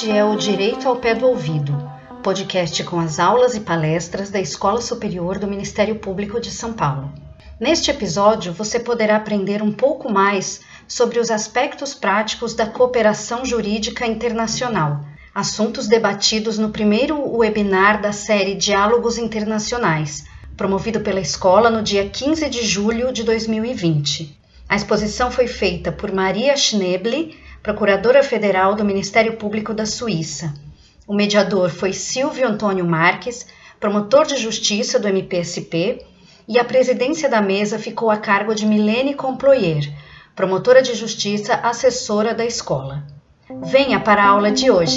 Este é o Direito ao Pé do Ouvido, podcast com as aulas e palestras da Escola Superior do Ministério Público de São Paulo. Neste episódio, você poderá aprender um pouco mais sobre os aspectos práticos da cooperação jurídica internacional, assuntos debatidos no primeiro webinar da série Diálogos Internacionais, promovido pela escola no dia 15 de julho de 2020. A exposição foi feita por Maria Schneble, Procuradora Federal do Ministério Público da Suíça. O mediador foi Silvio Antônio Marques, promotor de justiça do MPSP, e a presidência da mesa ficou a cargo de Milene Comployer, promotora de justiça assessora da escola. Venha para a aula de hoje.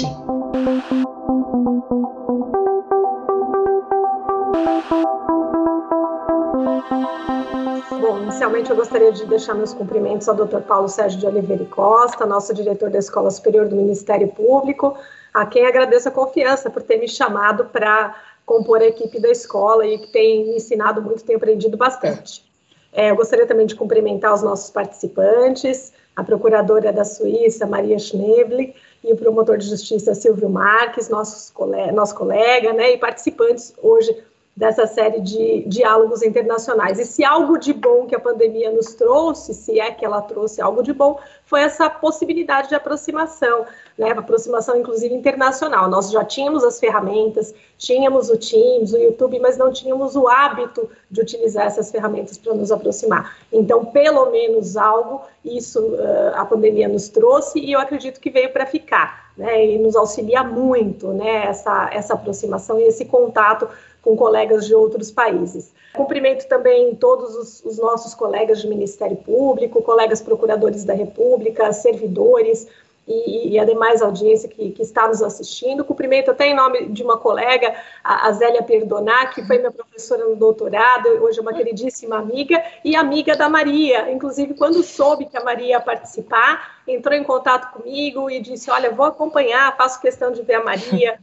Bom, inicialmente eu gostaria de deixar meus cumprimentos ao Dr. Paulo Sérgio de Oliveira e Costa, nosso diretor da Escola Superior do Ministério Público, a quem agradeço a confiança por ter me chamado para compor a equipe da escola e que tem me ensinado muito, tem aprendido bastante. Eu gostaria também de cumprimentar os nossos participantes, a procuradora da Suíça, Maria Schneble, e o promotor de justiça, Silvio Marques, nosso colega, né, e participantes hoje dessa série de diálogos internacionais. E se algo de bom que a pandemia nos trouxe, se é que ela trouxe algo de bom, foi essa possibilidade de aproximação, né, aproximação inclusive internacional. Nós já tínhamos as ferramentas, tínhamos o Teams, o YouTube, mas não tínhamos o hábito de utilizar essas ferramentas para nos aproximar. Então, pelo menos algo, isso a pandemia nos trouxe e eu acredito que veio para ficar, né, e nos auxilia muito, né, essa aproximação e esse contato com colegas de outros países. Cumprimento também todos os nossos colegas de Ministério Público, colegas procuradores da República, servidores e a demais audiência que está nos assistindo. Cumprimento até em nome de uma colega, a Zélia Perdoná, que foi minha professora no doutorado, hoje é uma queridíssima amiga, e amiga da Maria. Inclusive, quando soube que a Maria ia participar, entrou em contato comigo e disse, olha, vou acompanhar, faço questão de ver a Maria.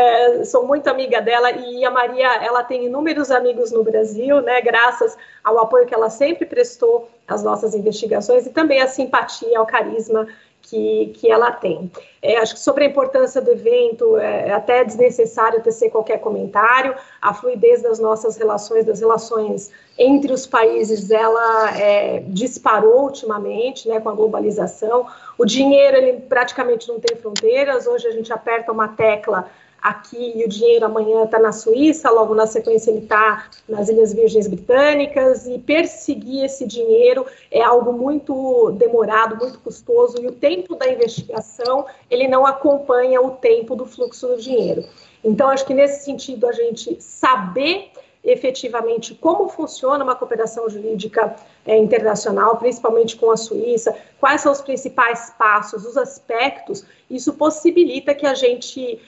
Sou muito amiga dela e a Maria, ela tem inúmeros amigos no Brasil, né, graças ao apoio que ela sempre prestou às nossas investigações e também a simpatia, ao carisma que ela tem. Acho que sobre a importância do evento, é até desnecessário tecer qualquer comentário. A fluidez das nossas relações, das relações entre os países, ela disparou ultimamente, né, com a globalização. O dinheiro, ele praticamente não tem fronteiras. Hoje a gente aperta uma tecla aqui e o dinheiro amanhã está na Suíça, logo na sequência ele está nas Ilhas Virgens Britânicas, e perseguir esse dinheiro é algo muito demorado, muito custoso, e o tempo da investigação, ele não acompanha o tempo do fluxo do dinheiro. Então, acho que nesse sentido, a gente saber efetivamente como funciona uma cooperação jurídica internacional, principalmente com a Suíça, quais são os principais passos, os aspectos, isso possibilita que a gente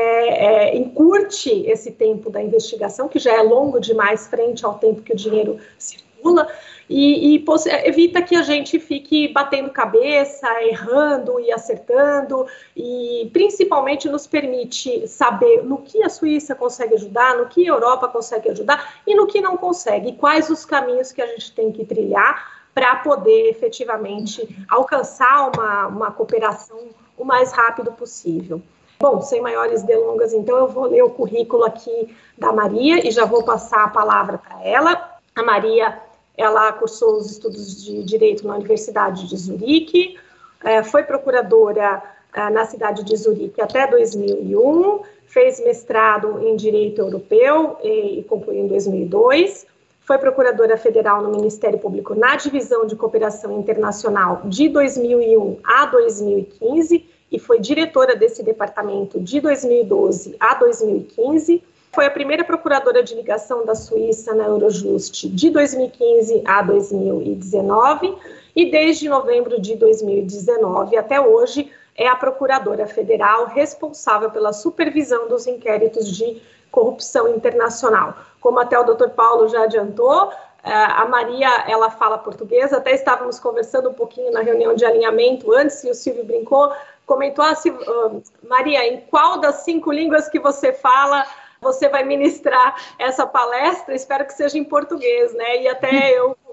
encurte esse tempo da investigação, que já é longo demais frente ao tempo que o dinheiro circula, e evita que a gente fique batendo cabeça, errando e acertando, e principalmente nos permite saber no que a Suíça consegue ajudar, no que a Europa consegue ajudar e no que não consegue, e quais os caminhos que a gente tem que trilhar para poder efetivamente alcançar uma cooperação o mais rápido possível. Bom, sem maiores delongas, então eu vou ler o currículo aqui da Maria e já vou passar a palavra para ela. A Maria, ela cursou os estudos de Direito na Universidade de Zurique, foi procuradora na cidade de Zurique até 2001, fez mestrado em Direito Europeu e concluiu em 2002, foi procuradora federal no Ministério Público na Divisão de Cooperação Internacional de 2001 a 2015 e foi diretora desse departamento de 2012 a 2015. Foi a primeira procuradora de ligação da Suíça na Eurojust de 2015 a 2019 e desde novembro de 2019 até hoje é a procuradora federal responsável pela supervisão dos inquéritos de corrupção internacional. Como até o Dr. Paulo já adiantou, a Maria, ela fala português, até estávamos conversando um pouquinho na reunião de alinhamento antes, e o Silvio comentou assim, Maria, em qual das 5 línguas que você fala você vai ministrar essa palestra? Espero que seja em português, né? E até eu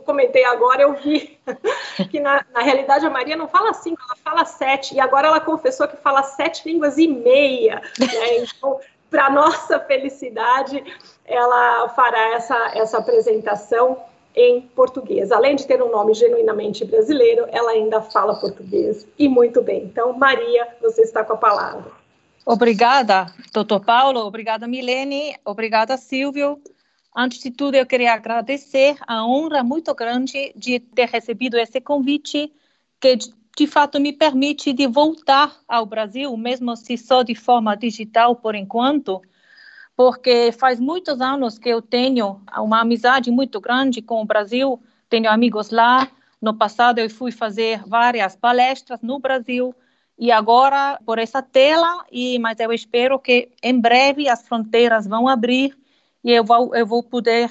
eu comentei agora, eu vi que na realidade a Maria não fala 5, ela fala 7, e agora ela confessou que fala 7 línguas e meia, né? Então, para nossa felicidade, ela fará essa apresentação em português. Além de ter um nome genuinamente brasileiro, ela ainda fala português, e muito bem. Então, Maria, você está com a palavra. Obrigada, doutor Paulo, obrigada, Milene, obrigada, Silvio. Antes de tudo, eu queria agradecer a honra muito grande de ter recebido esse convite, que de fato me permite de voltar ao Brasil, mesmo se só de forma digital por enquanto, porque faz muitos anos que eu tenho uma amizade muito grande com o Brasil, tenho amigos lá. No passado, eu fui fazer várias palestras no Brasil, e agora por essa tela, mas eu espero que em breve as fronteiras vão abrir e eu vou poder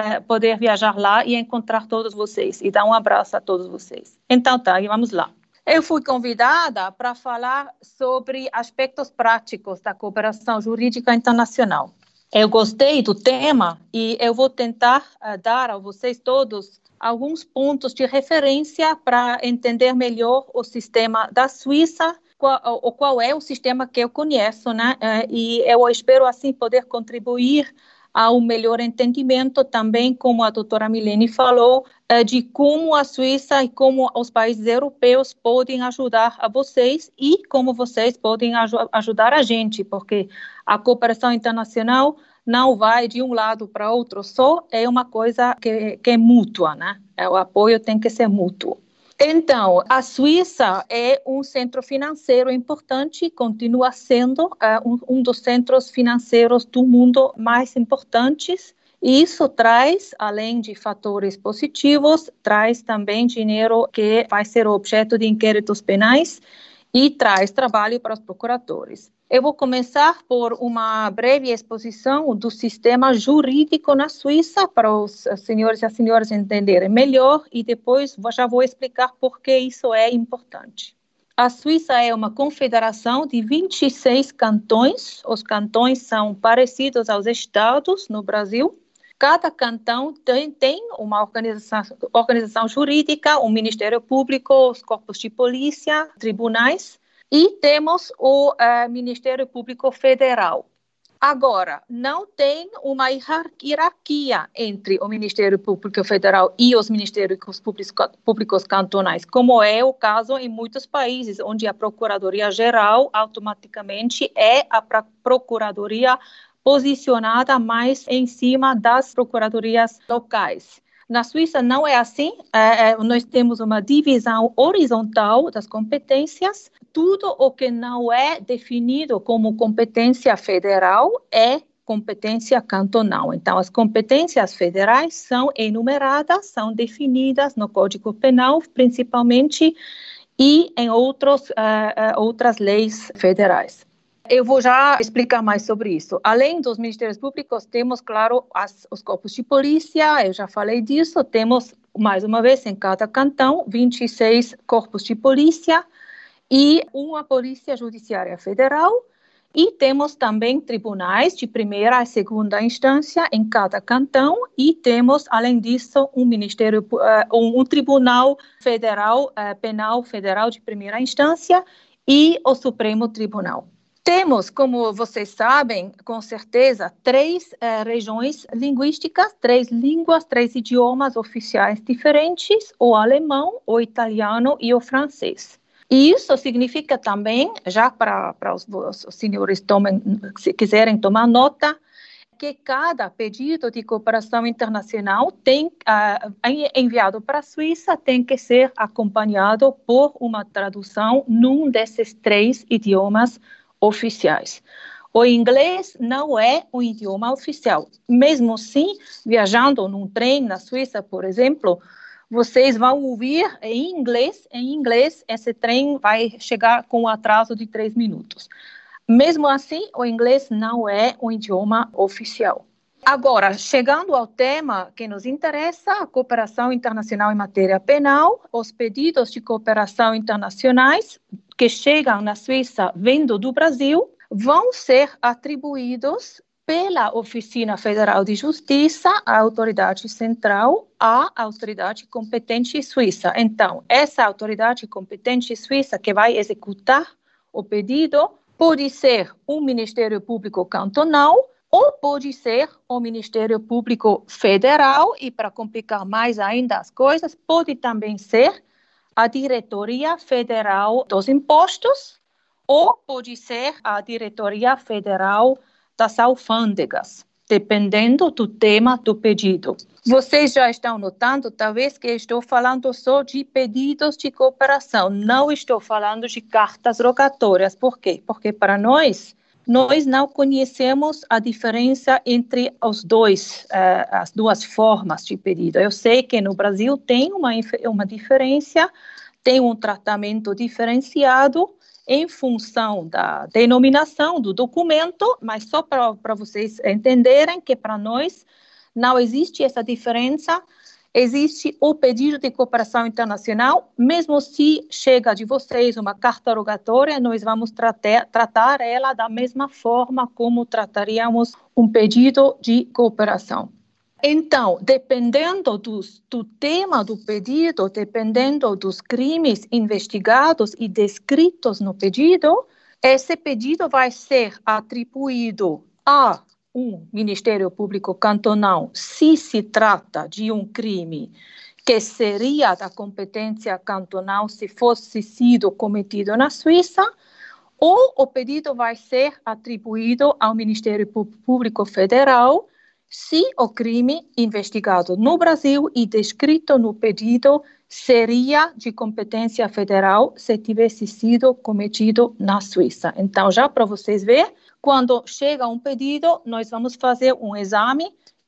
viajar lá e encontrar todos vocês e dar um abraço a todos vocês. Então tá, e vamos lá. Eu fui convidada para falar sobre aspectos práticos da cooperação jurídica internacional. Eu gostei do tema e eu vou tentar dar a vocês todos alguns pontos de referência para entender melhor o sistema da Suíça, qual é o sistema que eu conheço, né? E eu espero assim poder contribuir ao melhor entendimento também, como a doutora Milene falou, de como a Suíça e como os países europeus podem ajudar a vocês e como vocês podem ajudar a gente, porque a cooperação internacional não vai de um lado para outro só, é uma coisa que é mútua, né? O apoio tem que ser mútuo. Então, a Suíça é um centro financeiro importante, continua sendo um dos centros financeiros do mundo mais importantes, e isso traz, além de fatores positivos, traz também dinheiro que vai ser objeto de inquéritos penais e traz trabalho para os procuradores. Eu vou começar por uma breve exposição do sistema jurídico na Suíça para os senhores e as senhoras entenderem melhor e depois já vou explicar por que isso é importante. A Suíça é uma confederação de 26 cantões. Os cantões são parecidos aos estados no Brasil. Cada cantão tem uma organização jurídica, um ministério público, os corpos de polícia, tribunais. E temos o Ministério Público Federal. Agora, não tem uma hierarquia entre o Ministério Público Federal e os Ministérios Públicos Cantonais, como é o caso em muitos países, onde a Procuradoria Geral automaticamente é a Procuradoria posicionada mais em cima das procuradorias locais. Na Suíça não é assim, nós temos uma divisão horizontal das competências. Tudo o que não é definido como competência federal é competência cantonal. Então, as competências federais são enumeradas, são definidas no Código Penal, principalmente, e em outras leis federais. Eu vou já explicar mais sobre isso. Além dos ministérios públicos, temos, claro, os corpos de polícia, eu já falei disso, temos, mais uma vez, em cada cantão, 26 corpos de polícia e uma polícia judiciária federal, e temos também tribunais de primeira e segunda instância em cada cantão, e temos, além disso, um tribunal federal, penal federal de primeira instância e o Supremo Tribunal. Temos, como vocês sabem, com certeza, 3 regiões linguísticas, 3 línguas, 3 idiomas oficiais diferentes, o alemão, o italiano e o francês. E isso significa também, já para os senhores se quiserem tomar nota, que cada pedido de cooperação internacional enviado para a Suíça tem que ser acompanhado por uma tradução num desses 3 idiomas oficiais. O inglês não é um idioma oficial. Mesmo assim, viajando num trem na Suíça, por exemplo, vocês vão ouvir em inglês, esse trem vai chegar com um atraso de 3 minutos. Mesmo assim, o inglês não é um idioma oficial. Agora, chegando ao tema que nos interessa, a cooperação internacional em matéria penal, os pedidos de cooperação internacionais que chegam na Suíça vindo do Brasil vão ser atribuídos pela Oficina Federal de Justiça, a autoridade central, a autoridade competente suíça. Então, essa autoridade competente suíça que vai executar o pedido pode ser o Ministério Público Cantonal ou pode ser o Ministério Público Federal e, para complicar mais ainda as coisas, pode também ser a Diretoria Federal dos Impostos ou pode ser a Diretoria Federal das Alfândegas, dependendo do tema do pedido. Vocês já estão notando, talvez, que estou falando só de pedidos de cooperação, não estou falando de cartas rogatórias. Por quê? Porque para nós não conhecemos a diferença entre as duas formas de pedido. Eu sei que no Brasil tem uma diferença, tem um tratamento diferenciado em função da denominação do documento, mas só para vocês entenderem que para nós não existe essa diferença. Existe o pedido de cooperação internacional, mesmo se chega de vocês uma carta rogatória, nós vamos tratar ela da mesma forma como trataríamos um pedido de cooperação. Então, dependendo do tema do pedido, dependendo dos crimes investigados e descritos no pedido, esse pedido vai ser atribuído a um Ministério Público Cantonal se se trata de um crime que seria da competência cantonal se fosse sido cometido na Suíça, ou o pedido vai ser atribuído ao Ministério Público Federal se o crime investigado no Brasil e descrito no pedido seria de competência federal se tivesse sido cometido na Suíça. Então, já para vocês verem, quando chega um pedido, nós vamos fazer um exame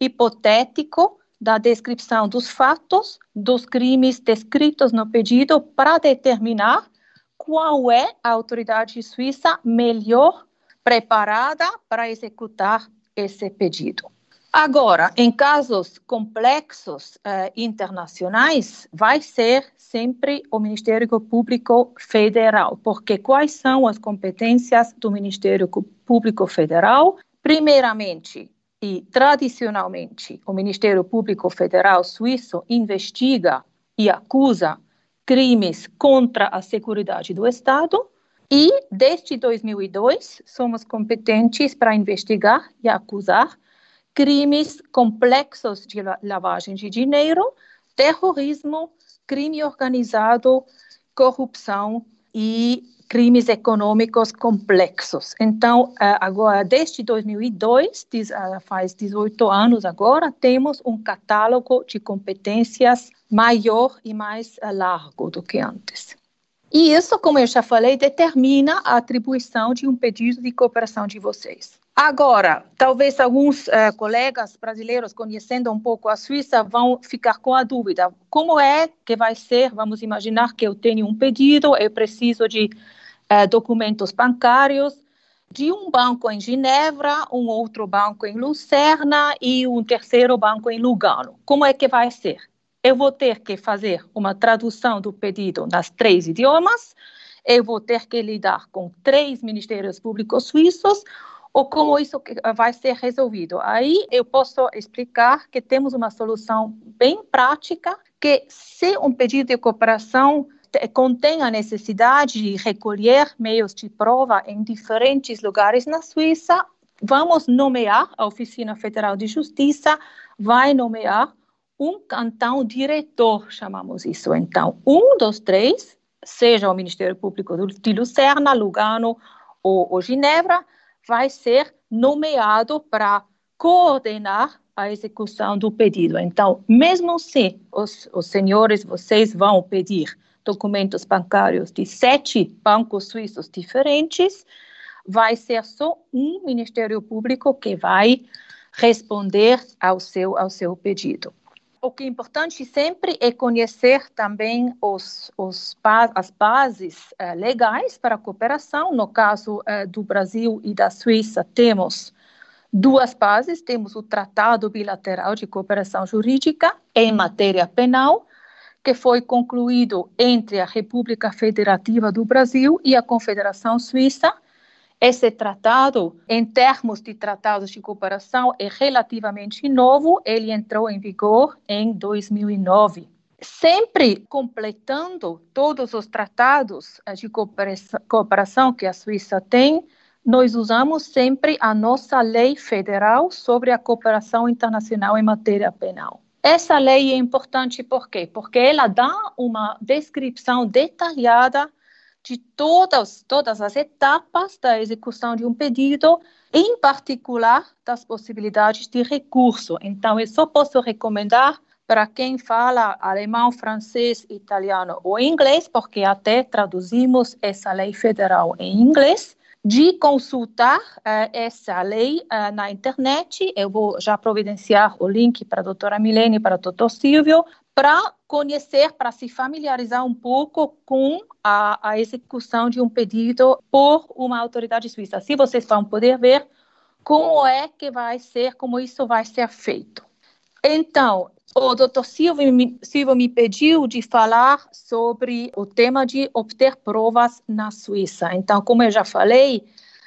hipotético da descrição dos fatos, dos crimes descritos no pedido, para determinar qual é a autoridade suíça melhor preparada para executar esse pedido. Agora, em casos complexos internacionais, vai ser sempre o Ministério Público Federal, porque quais são as competências do Ministério Público Federal? Primeiramente e tradicionalmente, o Ministério Público Federal suíço investiga e acusa crimes contra a segurança do Estado e, desde 2002, somos competentes para investigar e acusar crimes complexos de lavagem de dinheiro, terrorismo, crime organizado, corrupção e crimes econômicos complexos. Então, agora, desde 2002, faz 18 anos agora, temos um catálogo de competências maior e mais largo do que antes. E isso, como eu já falei, determina a atribuição de um pedido de cooperação de vocês. Agora, talvez alguns colegas brasileiros, conhecendo um pouco a Suíça, vão ficar com a dúvida. Como é que vai ser? Vamos imaginar que eu tenho um pedido, eu preciso de documentos bancários de um banco em Genebra, um outro banco em Lucerna e um terceiro banco em Lugano. Como é que vai ser? Eu vou ter que fazer uma tradução do pedido nas 3 idiomas, eu vou ter que lidar com 3 ministérios públicos suíços, ou como isso vai ser resolvido. Aí eu posso explicar que temos uma solução bem prática, que se um pedido de cooperação contém a necessidade de recolher meios de prova em diferentes lugares na Suíça, vamos nomear, a Oficina Federal de Justiça vai nomear um cantão diretor, chamamos isso. Então, um dos 3, seja o Ministério Público de Lucerna, Lugano ou Genebra, vai ser nomeado para coordenar a execução do pedido. Então, mesmo se os senhores, vocês vão pedir documentos bancários de 7 bancos suíços diferentes, vai ser só um Ministério Público que vai responder ao seu pedido. O que é importante sempre é conhecer também as bases legais para a cooperação. No caso do Brasil e da Suíça, temos 2 bases. Temos o Tratado Bilateral de Cooperação Jurídica em matéria penal, que foi concluído entre a República Federativa do Brasil e a Confederação Suíça Esse tratado, em termos de tratados de cooperação, é relativamente novo. Ele entrou em vigor em 2009. Sempre completando todos os tratados de cooperação que a Suíça tem, nós usamos sempre a nossa lei federal sobre a cooperação internacional em matéria penal. Essa lei é importante por quê? Porque ela dá uma descrição detalhada de todas as etapas da execução de um pedido, em particular das possibilidades de recurso. Então, eu só posso recomendar para quem fala alemão, francês, italiano ou inglês, porque até traduzimos essa lei federal em inglês, de consultar essa lei na internet. Eu vou já providenciar o link para a doutora Milene e para o doutor Silvio, para conhecer, para se familiarizar um pouco com a execução de um pedido por uma autoridade suíça. Assim vocês vão poder ver como isso vai ser feito. Então, o doutor Silvio me pediu de falar sobre o tema de obter provas na Suíça. Então, como eu já falei,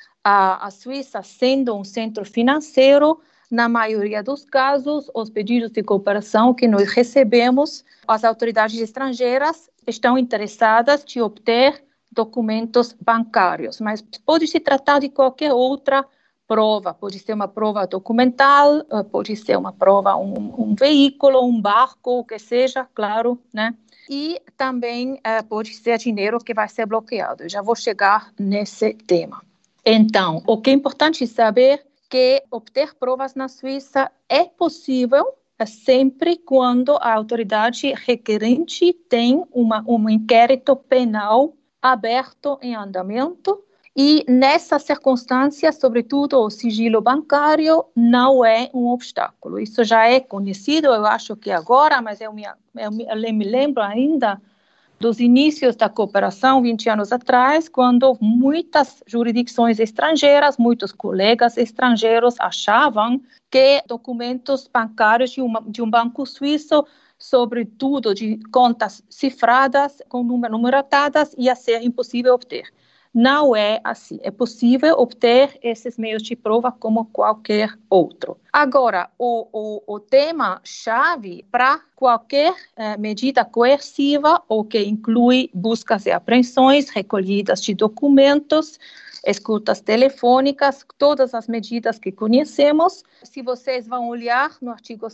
a Suíça, sendo um centro financeiro, na maioria dos casos, os pedidos de cooperação que nós recebemos, as autoridades estrangeiras estão interessadas em obter documentos bancários, mas pode se tratar de qualquer outra prova, pode ser uma prova documental, pode ser uma prova, um veículo, um barco, o que seja, claro, né? E também pode ser dinheiro que vai ser bloqueado. Eu já vou chegar nesse tema. Então, o que é importante saber que obter provas na Suíça é possível sempre quando a autoridade requerente tem um inquérito penal aberto em andamento. E nessa circunstância, sobretudo, o sigilo bancário não é um obstáculo. Isso já é conhecido, eu acho que agora, mas eu me lembro ainda dos inícios da cooperação, 20 anos atrás, quando muitas jurisdições estrangeiras, muitos colegas estrangeiros achavam que documentos bancários de um banco suíço, sobretudo de contas cifradas, com numeradas, ia ser impossível obter. Não é assim. É possível obter esses meios de prova como qualquer outro. Agora, o tema-chave para qualquer medida coerciva, ou que inclui buscas e apreensões, recolhidas de documentos, escutas telefônicas, todas as medidas que conhecemos. Se vocês vão olhar no artigo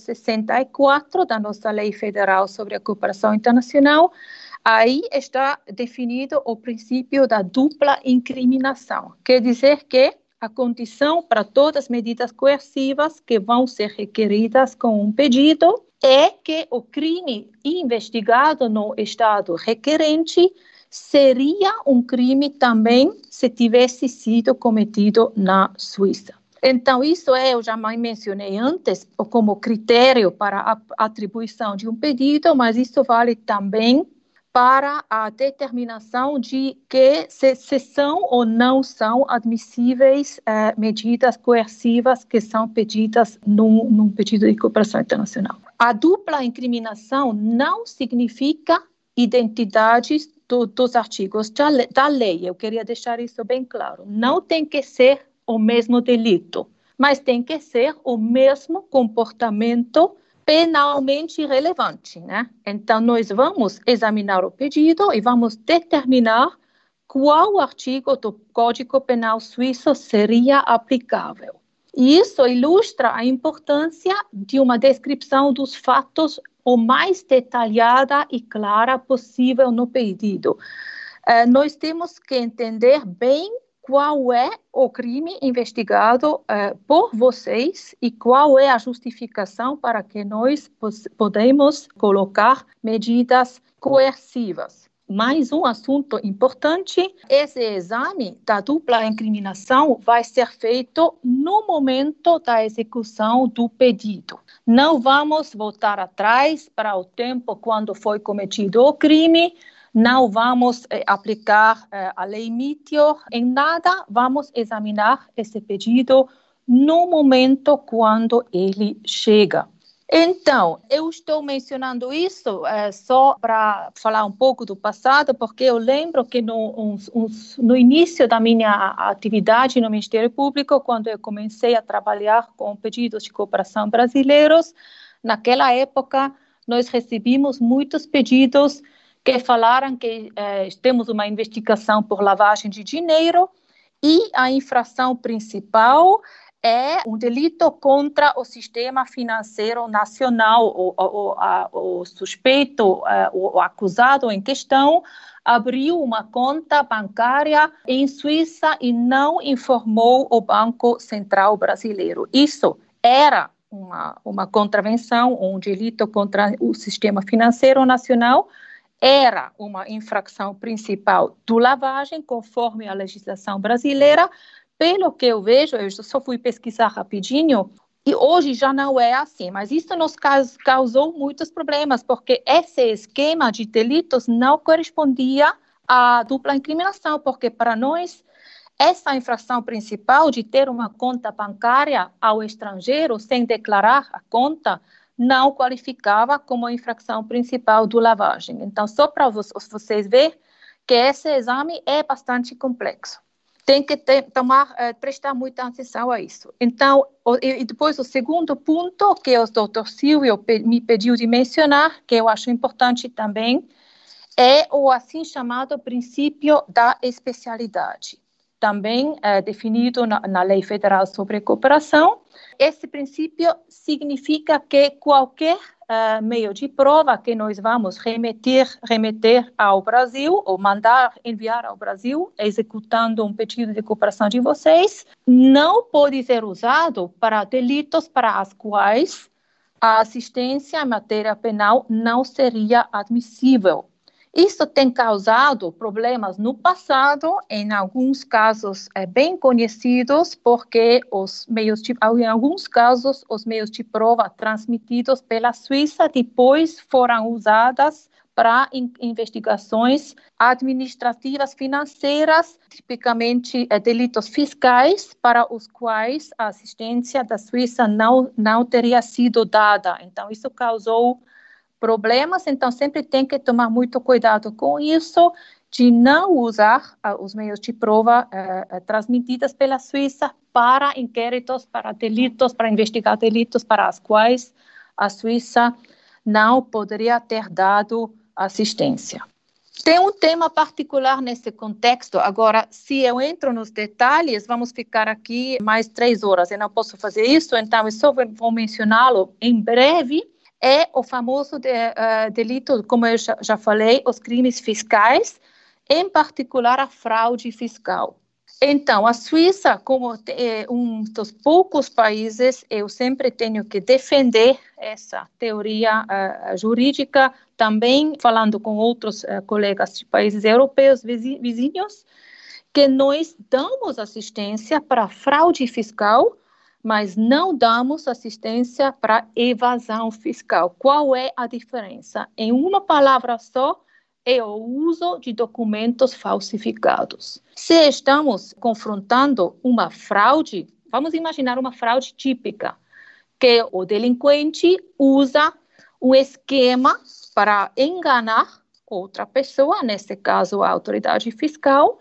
64 da nossa Lei Federal sobre a Cooperação Internacional, aí está definido o princípio da dupla incriminação. Quer dizer que a condição para todas as medidas coercivas que vão ser requeridas com um pedido é que o crime investigado no estado requerente seria um crime também se tivesse sido cometido na Suíça. Então, isso eu já mencionei antes como critério para a atribuição de um pedido, mas isso vale também para a determinação de que se são ou não são admissíveis medidas coercivas que são pedidas num pedido de cooperação internacional. A dupla incriminação não significa identidades dos artigos da lei. Eu queria deixar isso bem claro. Não tem que ser o mesmo delito, mas tem que ser o mesmo comportamento penalmente relevante, né? Então, nós vamos examinar o pedido e vamos determinar qual artigo do Código Penal Suíço seria aplicável. E isso ilustra a importância de uma descrição dos fatos o mais detalhada e clara possível no pedido. Nós temos que entender bem qual é o crime investigado por vocês e qual é a justificação para que nós podemos colocar medidas coercivas. Mais um assunto importante, esse exame da dupla incriminação vai ser feito no momento da execução do pedido. Não vamos voltar atrás para o tempo quando foi cometido o crime, não vamos aplicar a lei Meteor em nada, vamos examinar esse pedido no momento quando ele chega. Então, eu estou mencionando isso só para falar um pouco do passado, porque eu lembro que no início da minha atividade no Ministério Público, quando eu comecei a trabalhar com pedidos de cooperação brasileiros, naquela época nós recebemos muitos pedidos que falaram que temos uma investigação por lavagem de dinheiro e a infração principal é um delito contra o sistema financeiro nacional. O suspeito, o acusado em questão, abriu uma conta bancária em Suíça e não informou o Banco Central Brasileiro. Isso era uma contravenção, um delito contra o sistema financeiro nacional, era uma infração principal do lavagem, conforme a legislação brasileira. Pelo que eu vejo, eu só fui pesquisar rapidinho, e hoje já não é assim, mas isso nos causou muitos problemas, porque esse esquema de delitos não correspondia à dupla incriminação, porque para nós, essa infração principal de ter uma conta bancária ao estrangeiro sem declarar a conta não qualificava como infração principal do lavagem. Então, só para vocês verem que esse exame é bastante complexo. Tem que prestar muita atenção a isso. Então, e depois o segundo ponto que o Dr. Silvio me pediu de mencionar, que eu acho importante também, é o assim chamado princípio da especialidade, também definido na Lei Federal sobre Cooperação. Esse princípio significa que qualquer meio de prova que nós vamos remeter ao Brasil, ou enviar ao Brasil, executando um pedido de cooperação de vocês, não pode ser usado para delitos para os quais a assistência em matéria penal não seria admissível. Isso tem causado problemas no passado, em alguns casos bem conhecidos, porque em alguns casos, os meios de prova transmitidos pela Suíça depois foram usados para investigações administrativas financeiras, tipicamente delitos fiscais, para os quais a assistência da Suíça não teria sido dada. Então, isso causou problemas, então sempre tem que tomar muito cuidado com isso, de não usar os meios de prova transmitidos pela Suíça para inquéritos, para delitos, para investigar delitos para os quais a Suíça não poderia ter dado assistência. Tem um tema particular nesse contexto. Agora, se eu entro nos detalhes, vamos ficar aqui mais 3 horas. Eu não posso fazer isso, então eu só vou mencioná-lo em breve. É o famoso delito, como eu já falei, os crimes fiscais, em particular a fraude fiscal. Então, a Suíça, como um dos poucos países, eu sempre tenho que defender essa teoria jurídica, também falando com outros colegas de países europeus vizinhos, que nós damos assistência para fraude fiscal, mas não damos assistência para evasão fiscal. Qual é a diferença? Em uma palavra só, é o uso de documentos falsificados. Se estamos confrontando uma fraude, vamos imaginar uma fraude típica, que o delinquente usa um esquema para enganar outra pessoa, nesse caso a autoridade fiscal,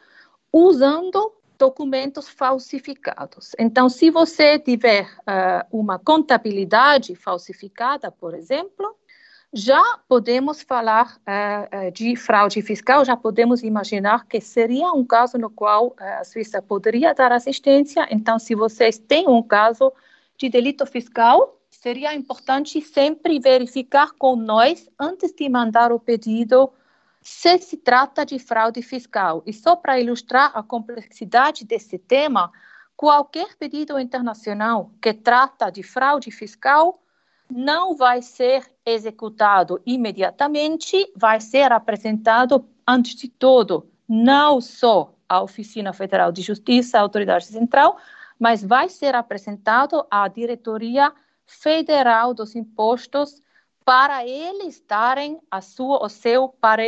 usando documentos falsificados. Então, se você tiver uma contabilidade falsificada, por exemplo, já podemos falar de fraude fiscal, já podemos imaginar que seria um caso no qual a Suíça poderia dar assistência. Então, se vocês têm um caso de delito fiscal, seria importante sempre verificar com nós, antes de mandar o pedido, se trata de fraude fiscal. E só para ilustrar a complexidade desse tema, qualquer pedido internacional que trata de fraude fiscal não vai ser executado imediatamente, vai ser apresentado, antes de tudo, não só à Oficina Federal de Justiça, à Autoridade Central, mas vai ser apresentado à Diretoria Federal dos Impostos, para eles darem o seu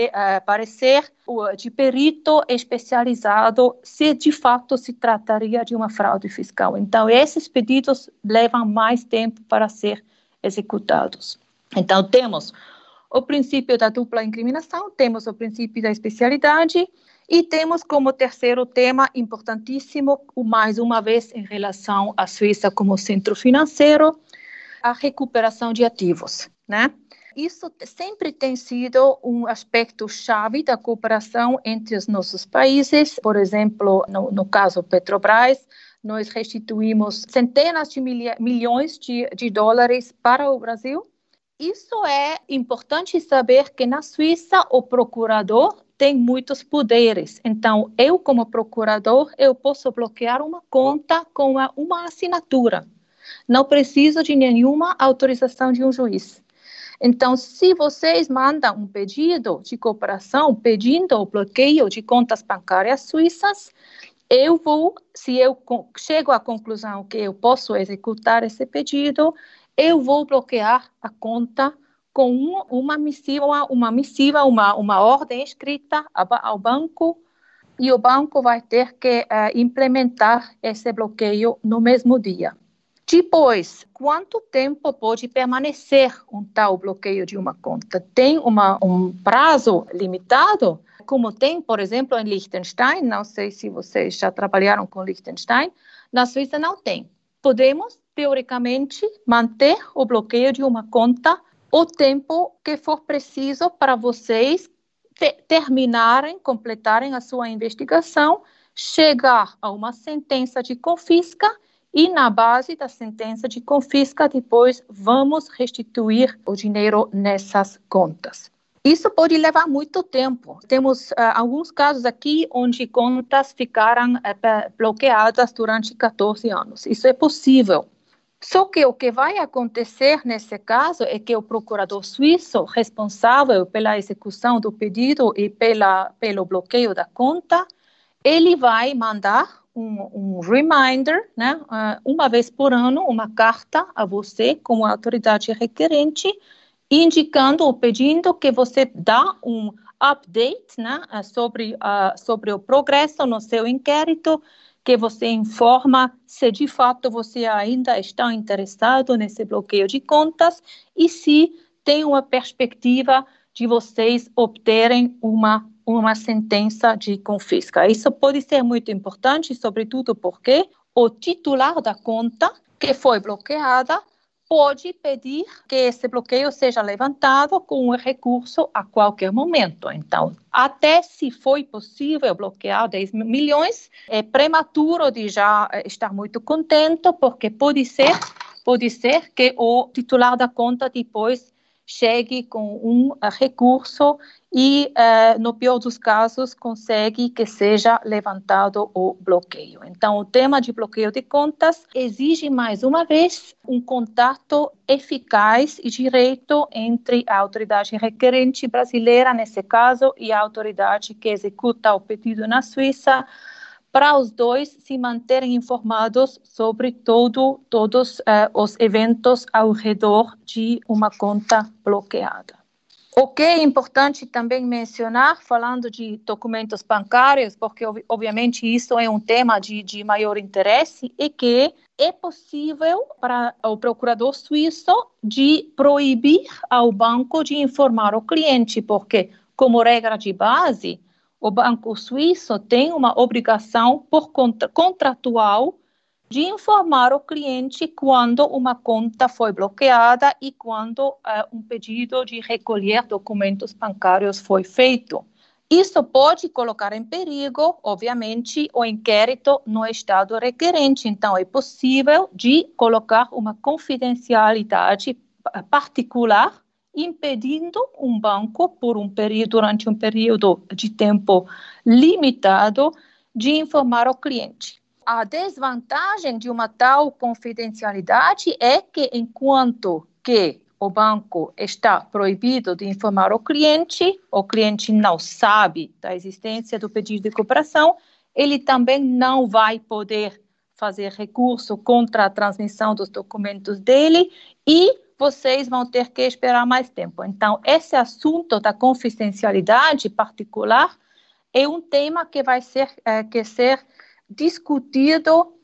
parecer de perito especializado se de fato se trataria de uma fraude fiscal. Então, esses pedidos levam mais tempo para ser executados. Então, temos o princípio da dupla incriminação, temos o princípio da especialidade e temos como terceiro tema importantíssimo, mais uma vez em relação à Suíça como centro financeiro, a recuperação de ativos, né? Isso sempre tem sido um aspecto chave da cooperação entre os nossos países. Por exemplo, no caso Petrobras, nós restituímos centenas de milhões de dólares para o Brasil. Isso é importante saber que na Suíça o procurador tem muitos poderes. Então, eu como procurador, eu posso bloquear uma conta com uma assinatura. Não preciso de nenhuma autorização de um juiz. Então, se vocês mandam um pedido de cooperação pedindo o bloqueio de contas bancárias suíças, se eu chego à conclusão que eu posso executar esse pedido, eu vou bloquear a conta com uma ordem escrita ao banco, e o banco vai ter que implementar esse bloqueio no mesmo dia. Depois, quanto tempo pode permanecer um tal bloqueio de uma conta? Tem um prazo limitado, como tem, por exemplo, em Liechtenstein. Não sei se vocês já trabalharam com Liechtenstein. Na Suíça não tem. Podemos, teoricamente, manter o bloqueio de uma conta o tempo que for preciso para vocês completarem a sua investigação, chegar a uma sentença de confisca e, na base da sentença de confisca, depois vamos restituir o dinheiro nessas contas. Isso pode levar muito tempo. Temos alguns casos aqui onde contas ficaram bloqueadas durante 14 anos. Isso é possível. Só que o que vai acontecer nesse caso é que o procurador suíço responsável pela execução do pedido e pelo bloqueio da conta, ele vai mandar um reminder, né, uma vez por ano, uma carta a você como autoridade requerente, indicando ou pedindo que você dá um update, né, sobre o progresso no seu inquérito, que você informa se de fato você ainda está interessado nesse bloqueio de contas e se tem uma perspectiva de vocês obterem uma sentença de confisca. Isso pode ser muito importante, sobretudo porque o titular da conta que foi bloqueada pode pedir que esse bloqueio seja levantado com um recurso a qualquer momento. Então, até se foi possível bloquear 10 milhões, é prematuro de já estar muito contente, porque pode ser que o titular da conta depois chegue com um recurso e, no pior dos casos, consegue que seja levantado o bloqueio. Então, o tema de bloqueio de contas exige, mais uma vez, um contato eficaz e direto entre a autoridade requerente brasileira, nesse caso, e a autoridade que executa o pedido na Suíça, para os dois se manterem informados sobre todos os eventos ao redor de uma conta bloqueada. O que é importante também mencionar, falando de documentos bancários, porque obviamente isso é um tema de maior interesse, é que é possível para o procurador suíço de proibir ao banco de informar o cliente, porque, como regra de base, o banco suíço tem uma obrigação contratual de informar o cliente quando uma conta foi bloqueada e quando um pedido de recolher documentos bancários foi feito. Isso pode colocar em perigo, obviamente, o inquérito no estado requerente. Então, é possível de colocar uma confidencialidade particular impedindo um banco, durante um período de tempo limitado, de informar o cliente. A desvantagem de uma tal confidencialidade é que, enquanto que o banco está proibido de informar o cliente não sabe da existência do pedido de cooperação, ele também não vai poder fazer recurso contra a transmissão dos documentos dele e vocês vão ter que esperar mais tempo. Então, esse assunto da confidencialidade particular é um tema que vai ser discutido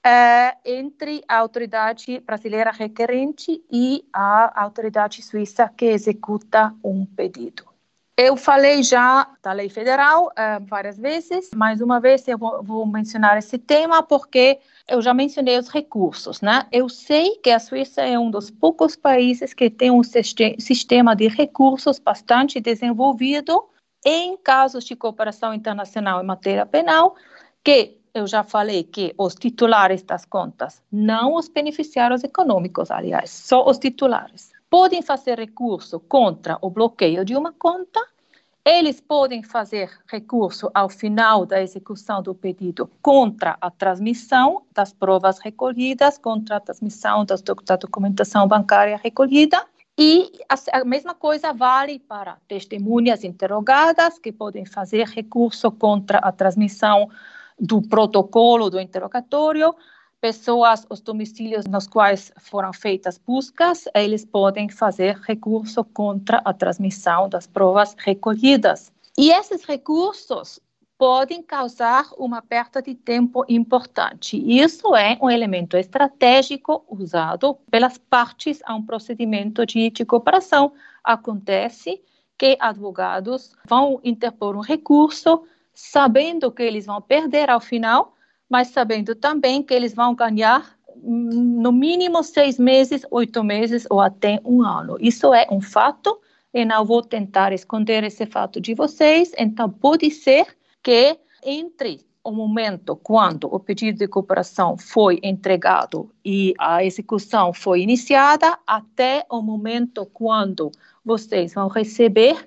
entre a autoridade brasileira requerente e a autoridade suíça que executa um pedido. Eu falei já da lei federal várias vezes. Mais uma vez eu vou mencionar esse tema porque eu já mencionei os recursos, né? Eu sei que a Suíça é um dos poucos países que tem um sistema de recursos bastante desenvolvido em casos de cooperação internacional em matéria penal, que eu já falei que os titulares das contas, não os beneficiários econômicos, aliás, só os titulares, podem fazer recurso contra o bloqueio de uma conta. Eles podem fazer recurso ao final da execução do pedido contra a transmissão das provas recolhidas, contra a transmissão da documentação bancária recolhida. E a mesma coisa vale para testemunhas interrogadas, que podem fazer recurso contra a transmissão do protocolo do interrogatório. Pessoas, os domicílios nos quais foram feitas buscas, eles podem fazer recurso contra a transmissão das provas recolhidas. E esses recursos podem causar uma perda de tempo importante. Isso é um elemento estratégico usado pelas partes a um procedimento de cooperação. Acontece que advogados vão interpor um recurso sabendo que eles vão perder ao final, mas sabendo também que eles vão ganhar no mínimo 6 meses, 8 meses ou até 1 ano. Isso é um fato e não vou tentar esconder esse fato de vocês. Então, pode ser que entre o momento quando o pedido de cooperação foi entregado e a execução foi iniciada, até o momento quando vocês vão receber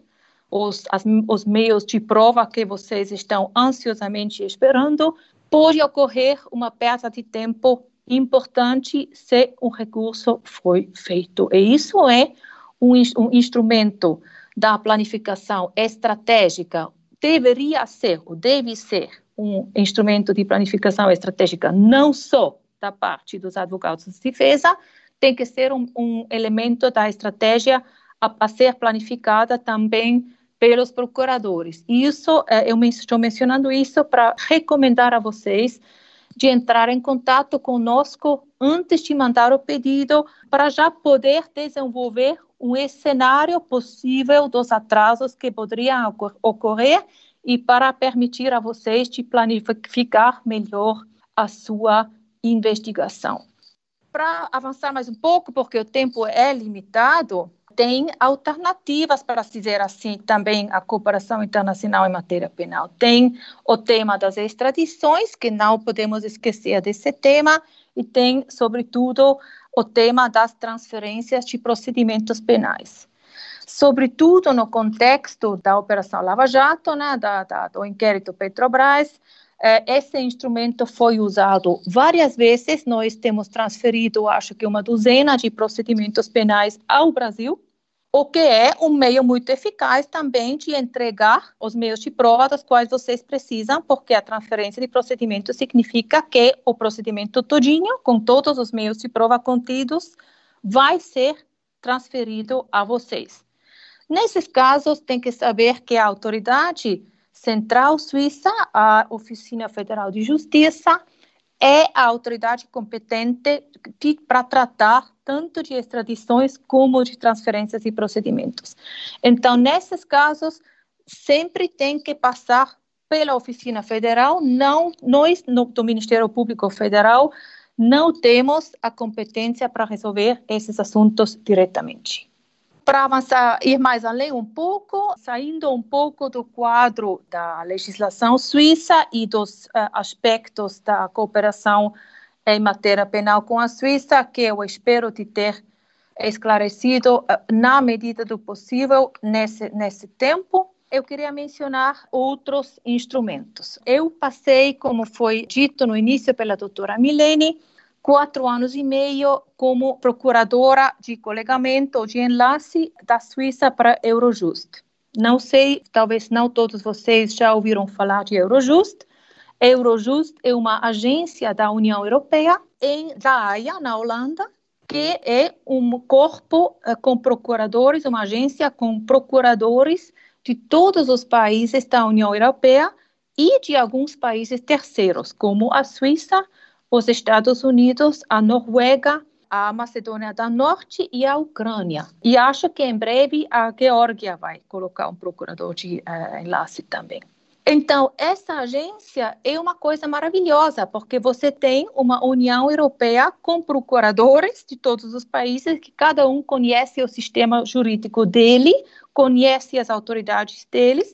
os meios de prova que vocês estão ansiosamente esperando, pode ocorrer uma perda de tempo importante se um recurso foi feito. E isso é um instrumento da planificação estratégica, deveria ser, ou deve ser, um instrumento de planificação estratégica não só da parte dos advogados de defesa, tem que ser um elemento da estratégia a ser planificada também pelos procuradores. Isso, eu estou mencionando isso para recomendar a vocês de entrar em contato conosco antes de mandar o pedido, para já poder desenvolver um cenário possível dos atrasos que poderiam ocorrer e para permitir a vocês de planificar melhor a sua investigação. Para avançar mais um pouco, porque o tempo é limitado, tem alternativas, para dizer assim, também a cooperação internacional em matéria penal. Tem o tema das extradições, que não podemos esquecer desse tema, e tem, sobretudo, o tema das transferências de procedimentos penais. Sobretudo no contexto da Operação Lava Jato, né, do inquérito Petrobras, esse instrumento foi usado várias vezes. Nós temos transferido, acho que 12 de procedimentos penais ao Brasil, o que é um meio muito eficaz também de entregar os meios de prova dos quais vocês precisam, porque a transferência de procedimento significa que o procedimento todinho, com todos os meios de prova contidos, vai ser transferido a vocês. Nesses casos, tem que saber que a autoridade central suíça, a Oficina Federal de Justiça, é a autoridade competente para tratar tanto de extradições como de transferências de procedimentos. Então, nesses casos, sempre tem que passar pela Oficina Federal. Nós, do Ministério Público Federal, não temos a competência para resolver esses assuntos diretamente. Para avançar, ir mais além um pouco, saindo um pouco do quadro da legislação suíça e dos aspectos da cooperação em matéria penal com a Suíça, que eu espero te ter esclarecido na medida do possível nesse tempo, eu queria mencionar outros instrumentos. Eu passei, como foi dito no início pela doutora Milene, 4 anos e meio como procuradora de colegamento ou de enlace da Suíça para Eurojust. Não sei, talvez não todos vocês já ouviram falar de Eurojust. Eurojust é uma agência da União Europeia em La Haia, na Holanda, que é um corpo com procuradores, uma agência com procuradores de todos os países da União Europeia e de alguns países terceiros, como a Suíça, os Estados Unidos, a Noruega, a Macedônia do Norte e a Ucrânia. E acho que em breve a Geórgia vai colocar um procurador de enlace também. Então, essa agência é uma coisa maravilhosa, porque você tem uma União Europeia com procuradores de todos os países, que cada um conhece o sistema jurídico dele, conhece as autoridades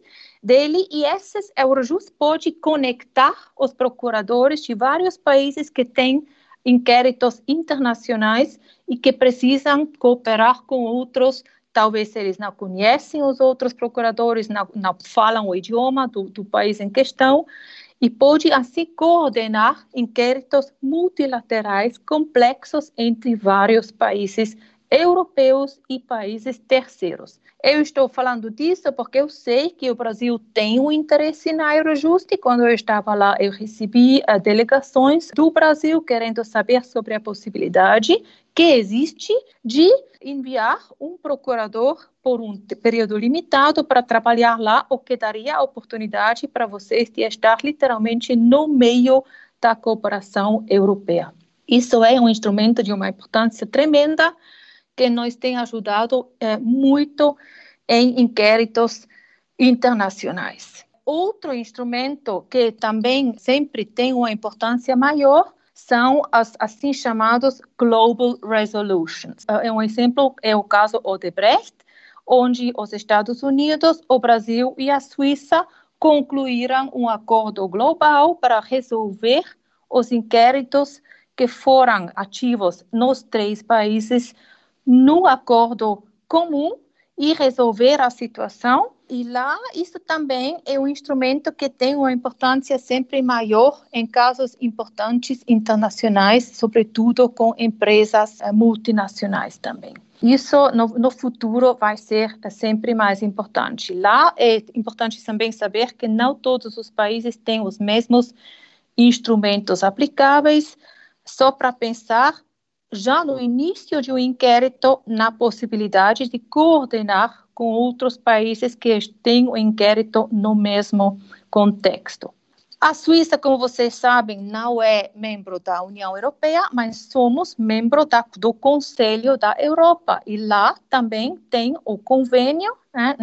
dele, e esses Eurojust pode conectar os procuradores de vários países que têm inquéritos internacionais e que precisam cooperar com outros. Talvez eles não conhecem os outros procuradores, não falam o idioma do país em questão, e pode assim coordenar inquéritos multilaterais complexos entre vários países europeus e países terceiros. Eu estou falando disso porque eu sei que o Brasil tem um interesse na Eurojust, e quando eu estava lá eu recebi delegações do Brasil querendo saber sobre a possibilidade que existe de enviar um procurador por um período limitado para trabalhar lá, o que daria a oportunidade para vocês de estar literalmente no meio da cooperação europeia. Isso é um instrumento de uma importância tremenda que nos tem ajudado muito em inquéritos internacionais. Outro instrumento que também sempre tem uma importância maior são as assim chamados Global Resolutions. Um exemplo é o caso Odebrecht, onde os Estados Unidos, o Brasil e a Suíça concluíram um acordo global para resolver os inquéritos que foram ativos nos 3 países num acordo comum e resolver a situação. E lá, isso também é um instrumento que tem uma importância sempre maior em casos importantes internacionais, sobretudo com empresas multinacionais também. Isso, no futuro, vai ser sempre mais importante. Lá é importante também saber que não todos os países têm os mesmos instrumentos aplicáveis. Só para pensar, já no início de um inquérito, na possibilidade de coordenar com outros países que têm o inquérito no mesmo contexto. A Suíça, como vocês sabem, não é membro da União Europeia, mas somos membro do Conselho da Europa. E lá também tem o convênio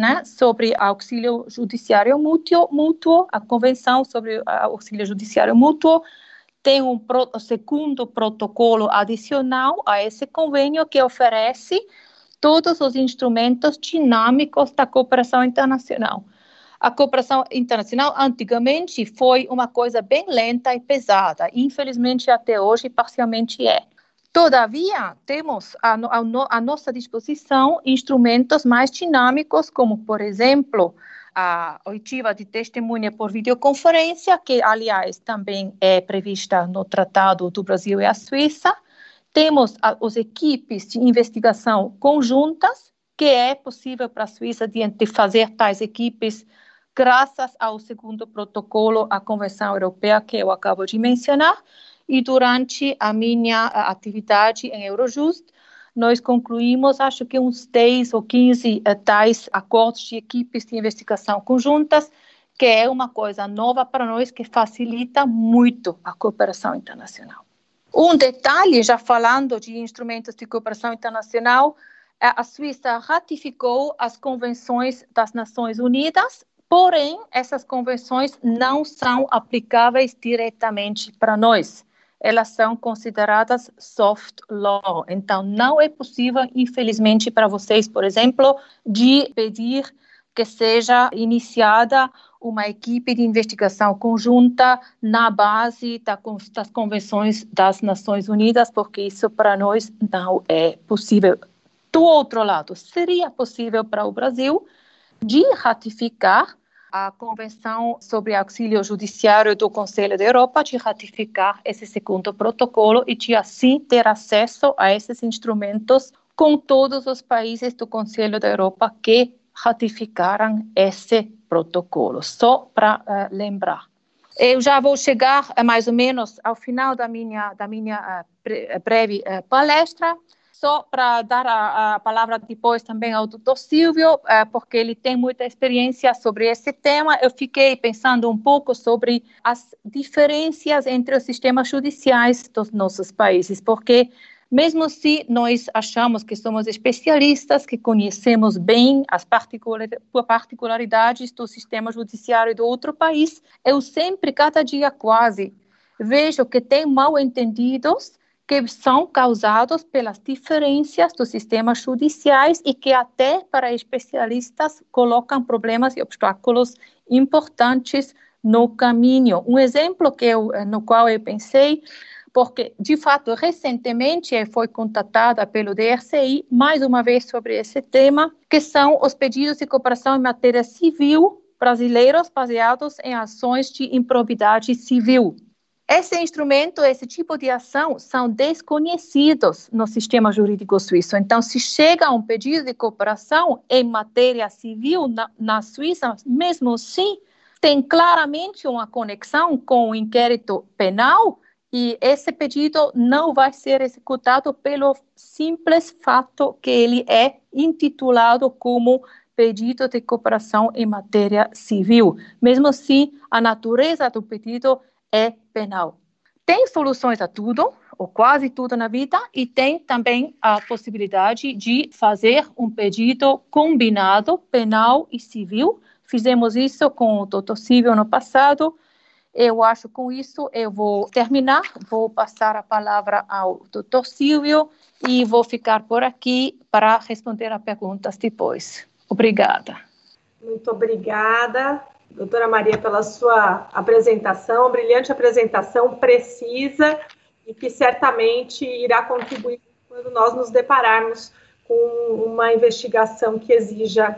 sobre auxílio judiciário mútuo, a Convenção sobre auxílio judiciário mútuo. Tem um segundo protocolo adicional a esse convênio que oferece todos os instrumentos dinâmicos da cooperação internacional. A cooperação internacional antigamente foi uma coisa bem lenta e pesada. Infelizmente, até hoje, parcialmente é. Todavia, temos à nossa disposição instrumentos mais dinâmicos, como, por exemplo, a oitiva de testemunha por videoconferência, que, aliás, também é prevista no Tratado do Brasil e a Suíça. Temos as equipes de investigação conjuntas, que é possível para a Suíça de fazer tais equipes graças ao segundo protocolo à Convenção Europeia, que eu acabo de mencionar. E durante a minha atividade em Eurojust, nós concluímos, acho que uns 10 ou 15 tais acordos de equipes de investigação conjuntas, que é uma coisa nova para nós, que facilita muito a cooperação internacional. Um detalhe, já falando de instrumentos de cooperação internacional, a Suíça ratificou as convenções das Nações Unidas, porém, essas convenções não são aplicáveis diretamente para nós. Elas são consideradas soft law. Então, não é possível, infelizmente, para vocês, por exemplo, de pedir que seja iniciada uma equipe de investigação conjunta na base das convenções das Nações Unidas, porque isso para nós não é possível. Do outro lado, seria possível para o Brasil de ratificar a Convenção sobre Auxílio Judiciário do Conselho da Europa, de ratificar esse segundo protocolo e de assim ter acesso a esses instrumentos com todos os países do Conselho da Europa que ratificaram esse protocolo. Só para lembrar. Eu já vou chegar mais ou menos ao final da minha breve palestra. Só para dar a palavra depois também ao doutor Silvio, porque ele tem muita experiência sobre esse tema, eu fiquei pensando um pouco sobre as diferenças entre os sistemas judiciais dos nossos países, porque mesmo se nós achamos que somos especialistas, que conhecemos bem as particularidades do sistema judiciário do outro país, eu sempre, cada dia quase, vejo que tem mal-entendidos que são causados pelas diferenças dos sistemas judiciais e que até para especialistas colocam problemas e obstáculos importantes no caminho. Um exemplo no qual eu pensei, porque, de fato, recentemente foi contatada pelo DRCI, mais uma vez sobre esse tema, que são os pedidos de cooperação em matéria civil brasileiros baseados em ações de improbidade civil. Esse instrumento, esse tipo de ação, são desconhecidos no sistema jurídico suíço. Então, se chega um pedido de cooperação em matéria civil na Suíça, mesmo assim, tem claramente uma conexão com o inquérito penal e esse pedido não vai ser executado pelo simples fato que ele é intitulado como pedido de cooperação em matéria civil, mesmo se a natureza do pedido é penal. Tem soluções a tudo, ou quase tudo na vida, e tem também a possibilidade de fazer um pedido combinado, penal e civil. Fizemos isso com o Dr. Silvio no passado. Eu acho que com isso eu vou terminar, vou passar a palavra ao Dr. Silvio e vou ficar por aqui para responder a perguntas depois. Obrigada. Muito obrigada, doutora Maria, pela sua apresentação, brilhante apresentação, precisa e que certamente irá contribuir quando nós nos depararmos com uma investigação que exija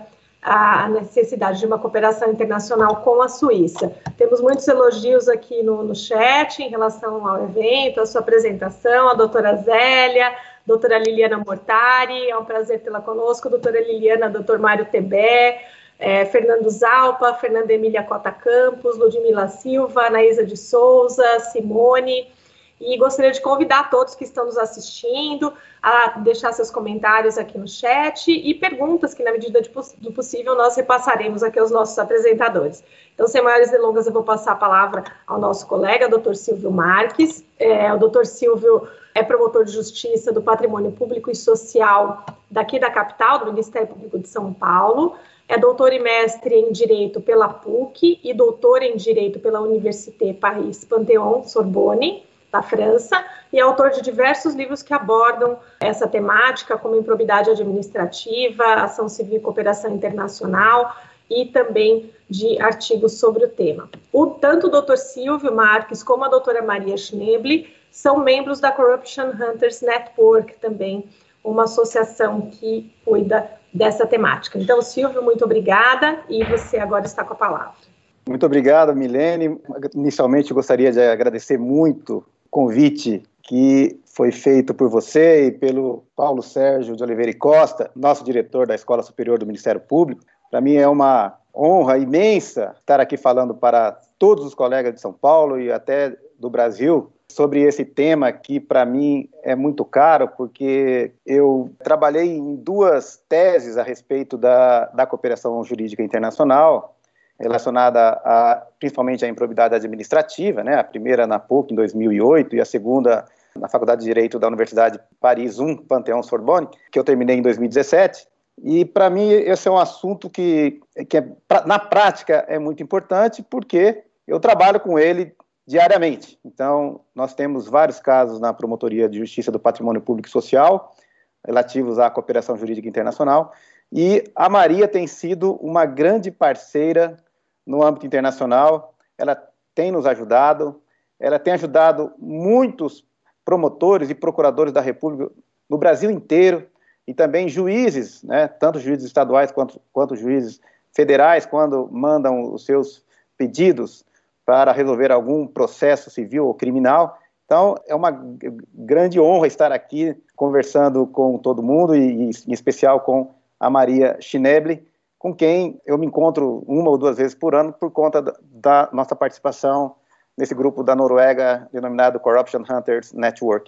a necessidade de uma cooperação internacional com a Suíça. Temos muitos elogios aqui no chat em relação ao evento, a sua apresentação, a doutora Zélia, doutora Liliana Mortari, é um prazer tê-la conosco, doutora Liliana, doutor Mário Tebé, Fernando Zalpa, Fernanda Emília Cota Campos, Ludmila Silva, Anaísa de Souza, Simone, e gostaria de convidar todos que estão nos assistindo a deixar seus comentários aqui no chat e perguntas que, na medida do possível, nós repassaremos aqui aos nossos apresentadores. Então, sem maiores delongas, eu vou passar a palavra ao nosso colega, Dr. Silvio Marques. O Dr. Silvio é promotor de justiça do Patrimônio Público e Social daqui da capital, do Ministério Público de São Paulo. É doutor e mestre em Direito pela PUC e doutor em Direito pela Université Paris Panthéon Sorbonne, da França, e é autor de diversos livros que abordam essa temática, como improbidade administrativa, ação civil e cooperação internacional, e também de artigos sobre o tema. Tanto o Dr. Silvio Marques como a doutora Maria Schneble são membros da Corruption Hunters Network, também uma associação que cuida dessa temática. Então, Silvio, muito obrigada, e você agora está com a palavra. Muito obrigado, Milene. Inicialmente, gostaria de agradecer muito o convite que foi feito por você e pelo Paulo Sérgio de Oliveira e Costa, nosso diretor da Escola Superior do Ministério Público. Para mim é uma honra imensa estar aqui falando para todos os colegas de São Paulo e até do Brasil sobre esse tema que, para mim, é muito caro, porque eu trabalhei em 2 teses a respeito da cooperação jurídica internacional, relacionada principalmente à improbidade administrativa, né? A primeira na PUC, em 2008, e a segunda na Faculdade de Direito da Universidade Paris I, Panthéon Sorbonne, que eu terminei em 2017. E, para mim, esse é um assunto que na prática, é muito importante, porque eu trabalho com ele diariamente. Então, nós temos vários casos na Promotoria de Justiça do Patrimônio Público e Social, relativos à cooperação jurídica internacional, e a Maria tem sido uma grande parceira no âmbito internacional. Ela tem nos ajudado, ela tem ajudado muitos promotores e procuradores da República no Brasil inteiro, e também juízes, né, tanto juízes estaduais quanto juízes federais, quando mandam os seus pedidos para resolver algum processo civil ou criminal. Então, é uma grande honra estar aqui conversando com todo mundo, e em especial com a Maria Schneble, com quem eu me encontro 1 ou 2 vezes por ano por conta da nossa participação nesse grupo da Noruega denominado Corruption Hunters Network.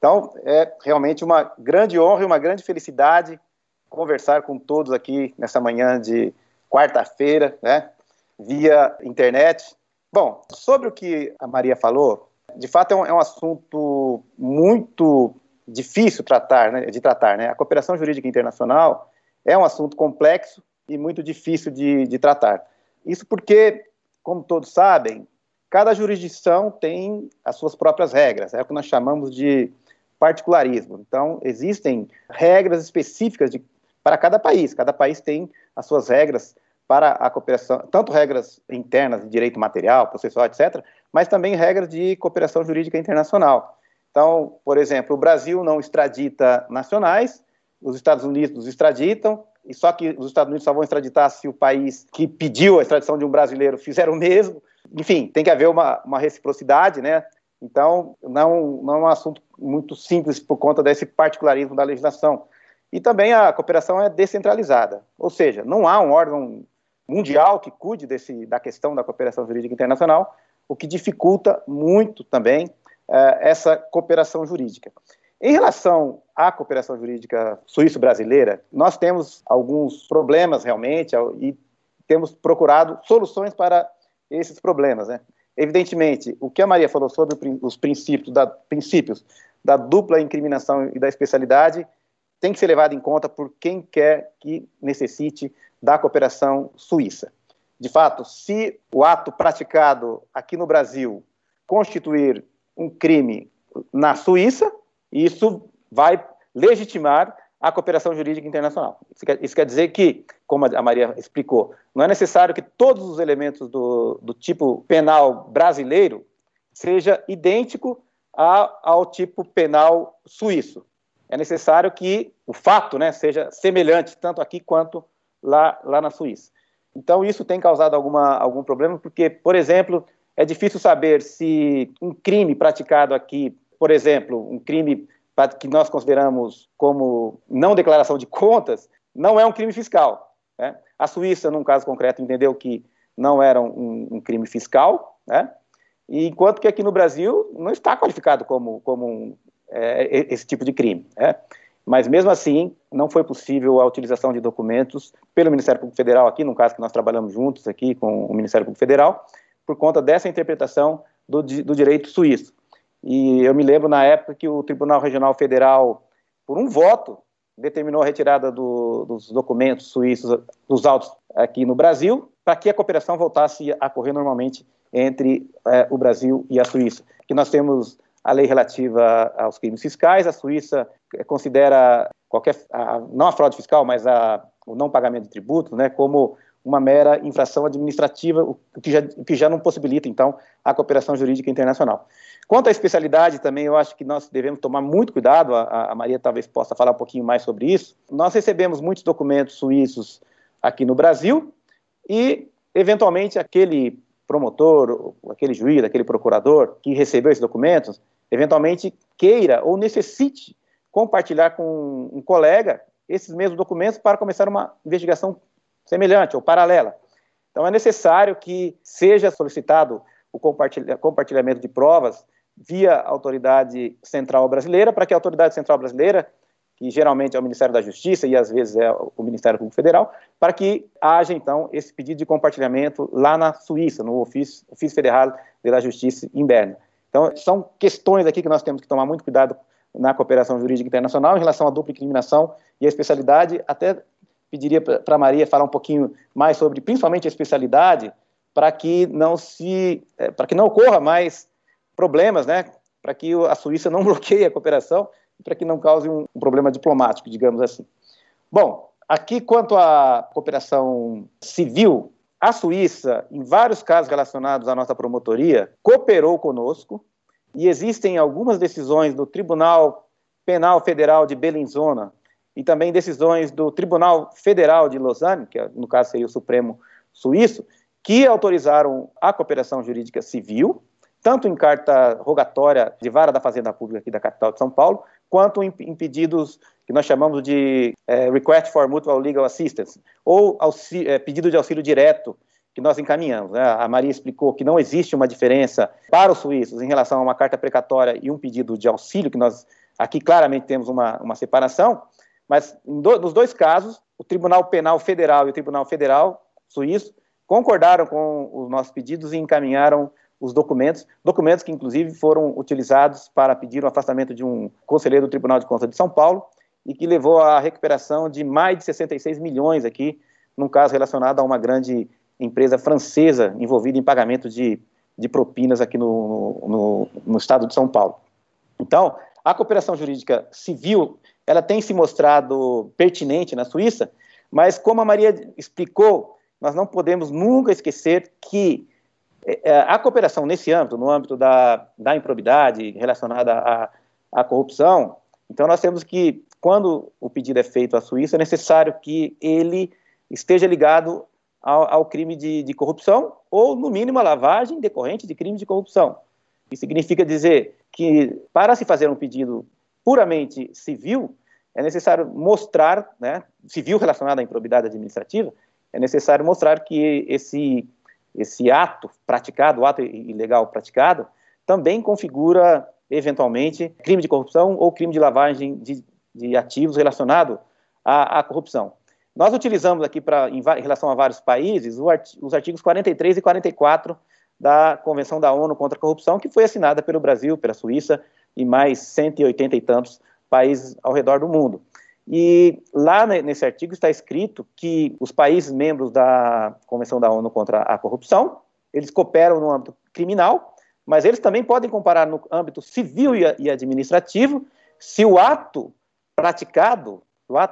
Então, é realmente uma grande honra e uma grande felicidade conversar com todos aqui nessa manhã de quarta-feira, né, via internet. Bom, sobre o que a Maria falou, de fato é um assunto muito difícil de tratar, né? A cooperação jurídica internacional é um assunto complexo e muito difícil de tratar. Isso porque, como todos sabem, cada jurisdição tem as suas próprias regras, é o que nós chamamos de particularismo. Então, existem regras específicas para cada país tem as suas regras para a cooperação, tanto regras internas de direito material, processual, etc., mas também regras de cooperação jurídica internacional. Então, por exemplo, o Brasil não extradita nacionais, os Estados Unidos extraditam, e só que os Estados Unidos só vão extraditar se o país que pediu a extradição de um brasileiro fizer o mesmo. Enfim, tem que haver uma reciprocidade, né? Então, não é um assunto muito simples por conta desse particularismo da legislação. E também a cooperação é descentralizada, ou seja, não há um órgão mundial que cuide da questão da cooperação jurídica internacional, o que dificulta muito também essa cooperação jurídica. Em relação à cooperação jurídica suíço-brasileira, nós temos alguns problemas realmente e temos procurado soluções para esses problemas, né? Evidentemente, o que a Maria falou sobre os princípios da dupla incriminação e da especialidade tem que ser levado em conta por quem quer que necessite da cooperação suíça. De fato, se o ato praticado aqui no Brasil constituir um crime na Suíça, isso vai legitimar a cooperação jurídica internacional. Isso quer dizer que, como a Maria explicou, não é necessário que todos os elementos do tipo penal brasileiro seja idêntico ao tipo penal suíço. É necessário que o fato, né, seja semelhante, tanto aqui quanto lá na Suíça. Então, isso tem causado algum problema, porque, por exemplo, é difícil saber se um crime praticado aqui, por exemplo, um crime que nós consideramos como não declaração de contas, não é um crime fiscal, né? A Suíça, num caso concreto, entendeu que não era um crime fiscal, né? E enquanto que aqui no Brasil não está qualificado como esse tipo de crime, né? Mas mesmo assim, não foi possível a utilização de documentos pelo Ministério Público Federal, aqui no caso que nós trabalhamos juntos aqui com o Ministério Público Federal, por conta dessa interpretação do direito suíço. E eu me lembro na época que o Tribunal Regional Federal, por um voto, determinou a retirada dos documentos suíços, dos autos aqui no Brasil, para que a cooperação voltasse a ocorrer normalmente entre o Brasil e a Suíça. Que nós temos a lei relativa aos crimes fiscais, a Suíça considera não a fraude fiscal, mas o não pagamento de tributos, né, como uma mera infração administrativa, o que já não possibilita, então, a cooperação jurídica internacional. Quanto à especialidade também, eu acho que nós devemos tomar muito cuidado, a Maria talvez possa falar um pouquinho mais sobre isso. Nós recebemos muitos documentos suíços aqui no Brasil e, eventualmente, aquele promotor, aquele juiz, aquele procurador que recebeu esses documentos, eventualmente queira ou necessite compartilhar com um colega esses mesmos documentos para começar uma investigação semelhante ou paralela. Então, é necessário que seja solicitado o compartilhamento de provas via autoridade central brasileira, para que a autoridade central brasileira, que geralmente é o Ministério da Justiça e às vezes é o Ministério Público Federal, para que haja, então, esse pedido de compartilhamento lá na Suíça, no Office Fédéral de la Justice em Berna. Então, são questões aqui que nós temos que tomar muito cuidado na cooperação jurídica internacional em relação à dupla incriminação e à especialidade. Até pediria para a Maria falar um pouquinho mais sobre, principalmente, a especialidade, para que não ocorra mais problemas, né? Para que a Suíça não bloqueie a cooperação e para que não cause um problema diplomático, digamos assim. Bom, aqui quanto à cooperação civil, a Suíça, em vários casos relacionados à nossa promotoria, cooperou conosco e existem algumas decisões do Tribunal Penal Federal de Bellinzona e também decisões do Tribunal Federal de Lausanne, que no caso seria o Supremo Suíço, que autorizaram a cooperação jurídica civil, tanto em carta rogatória de vara da Fazenda Pública aqui da capital de São Paulo, quanto em pedidos que nós chamamos de Request for Mutual Legal Assistance, ou pedido de auxílio direto que nós encaminhamos, né? A Maria explicou que não existe uma diferença para os suíços em relação a uma carta precatória e um pedido de auxílio que nós Aqui claramente temos uma separação, mas nos dois casos, o Tribunal Penal Federal e o Tribunal Federal Suíço concordaram com os nossos pedidos e encaminharam os documentos que inclusive foram utilizados para pedir o afastamento de um conselheiro do Tribunal de Contas de São Paulo e que levou à recuperação de mais de 66 milhões aqui, num caso relacionado a uma grande empresa francesa envolvida em pagamento de propinas aqui no estado de São Paulo. Então, a cooperação jurídica civil, ela tem se mostrado pertinente na Suíça, mas como a Maria explicou, nós não podemos nunca esquecer que a cooperação nesse âmbito, no âmbito da improbidade relacionada à corrupção, então nós temos que, quando o pedido é feito à Suíça, é necessário que ele esteja ligado ao crime de corrupção ou, no mínimo, a lavagem decorrente de crime de corrupção. Isso significa dizer que, para se fazer um pedido puramente civil, é necessário mostrar, né, civil relacionado à improbidade administrativa, é necessário mostrar que esse ato praticado, o ato ilegal praticado, também configura, eventualmente, crime de corrupção ou crime de lavagem de ativos relacionado à corrupção. Nós utilizamos aqui, em relação a vários países, os artigos 43 e 44 da Convenção da ONU contra a Corrupção, que foi assinada pelo Brasil, pela Suíça e mais 180 e tantos países ao redor do mundo. E lá nesse artigo está escrito que os países membros da Convenção da ONU contra a Corrupção, eles cooperam no âmbito criminal, mas eles também podem comparar no âmbito civil e administrativo, se o ato praticado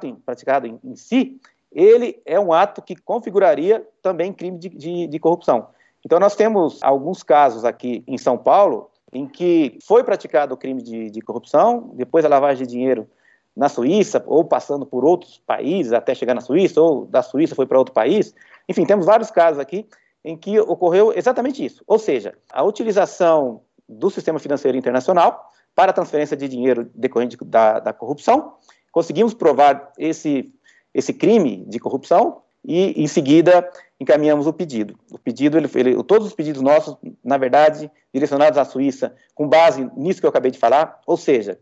em si, ele é um ato que configuraria também crime de corrupção. Então nós temos alguns casos aqui em São Paulo em que foi praticado o crime de corrupção, depois a lavagem de dinheiro na Suíça, ou passando por outros países até chegar na Suíça, ou da Suíça foi para outro país. Enfim, temos vários casos aqui em que ocorreu exatamente isso. Ou seja, a utilização do sistema financeiro internacional para a transferência de dinheiro decorrente da corrupção. Conseguimos provar esse crime de corrupção e, em seguida, encaminhamos o pedido. Todos os pedidos nossos, na verdade, direcionados à Suíça, com base nisso que eu acabei de falar, ou seja,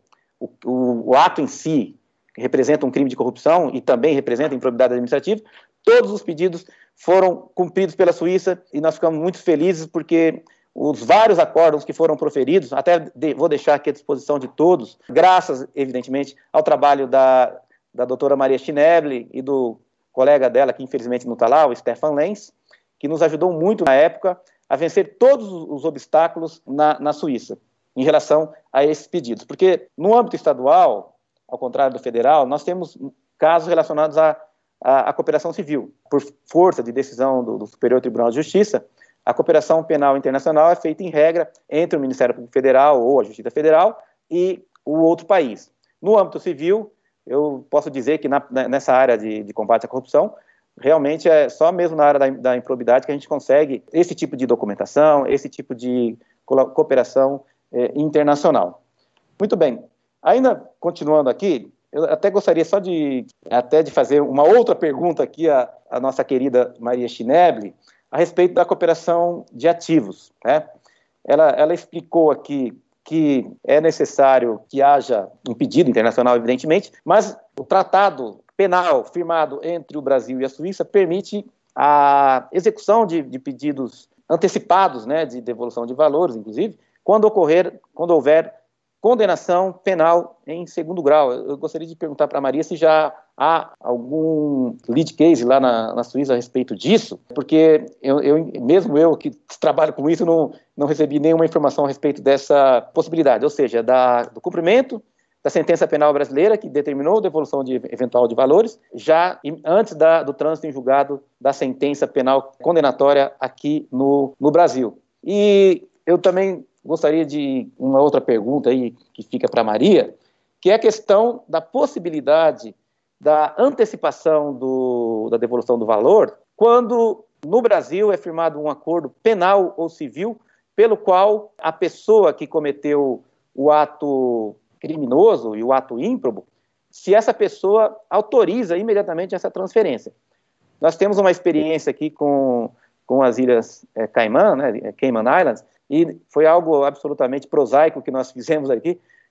o ato em si representa um crime de corrupção e também representa improbidade administrativa, todos os pedidos foram cumpridos pela Suíça e nós ficamos muito felizes porque os vários acordos que foram proferidos, vou deixar aqui à disposição de todos, graças, evidentemente, ao trabalho da doutora Maria Schneble e do colega dela, que infelizmente não está lá, o Stefan Lenz, que nos ajudou muito na época a vencer todos os obstáculos na Suíça em relação a esses pedidos. Porque no âmbito estadual, ao contrário do federal, nós temos casos relacionados à cooperação civil. Por força de decisão do Superior Tribunal de Justiça, a cooperação penal internacional é feita em regra entre o Ministério Público Federal ou a Justiça Federal e o outro país. No âmbito civil, eu posso dizer que nessa área de combate à corrupção, realmente é só mesmo na área da improbidade que a gente consegue esse tipo de documentação, esse tipo de cooperação internacional. Muito bem. Ainda continuando aqui, eu até gostaria só de fazer uma outra pergunta aqui à nossa querida Maria Schneble, a respeito da cooperação de ativos, né? Ela explicou aqui que é necessário que haja um pedido internacional, evidentemente, mas o tratado penal firmado entre o Brasil e a Suíça permite a execução de pedidos antecipados, né, de devolução de valores, inclusive, quando houver condenação penal em segundo grau. Eu gostaria de perguntar para a Maria se já há algum lead case lá na Suíça a respeito disso, porque mesmo eu que trabalho com isso não recebi nenhuma informação a respeito dessa possibilidade, ou seja, do cumprimento da sentença penal brasileira que determinou a devolução eventual de valores, já antes do trânsito em julgado da sentença penal condenatória aqui no Brasil. E eu também gostaria de uma outra pergunta aí que fica para a Maria, que é a questão da possibilidade da antecipação da devolução do valor quando no Brasil é firmado um acordo penal ou civil pelo qual a pessoa que cometeu o ato criminoso e o ato ímprobo, se essa pessoa autoriza imediatamente essa transferência. Nós temos uma experiência aqui com as Ilhas Caimã, né, Cayman Islands, e foi algo absolutamente prosaico que nós fizemos aqui,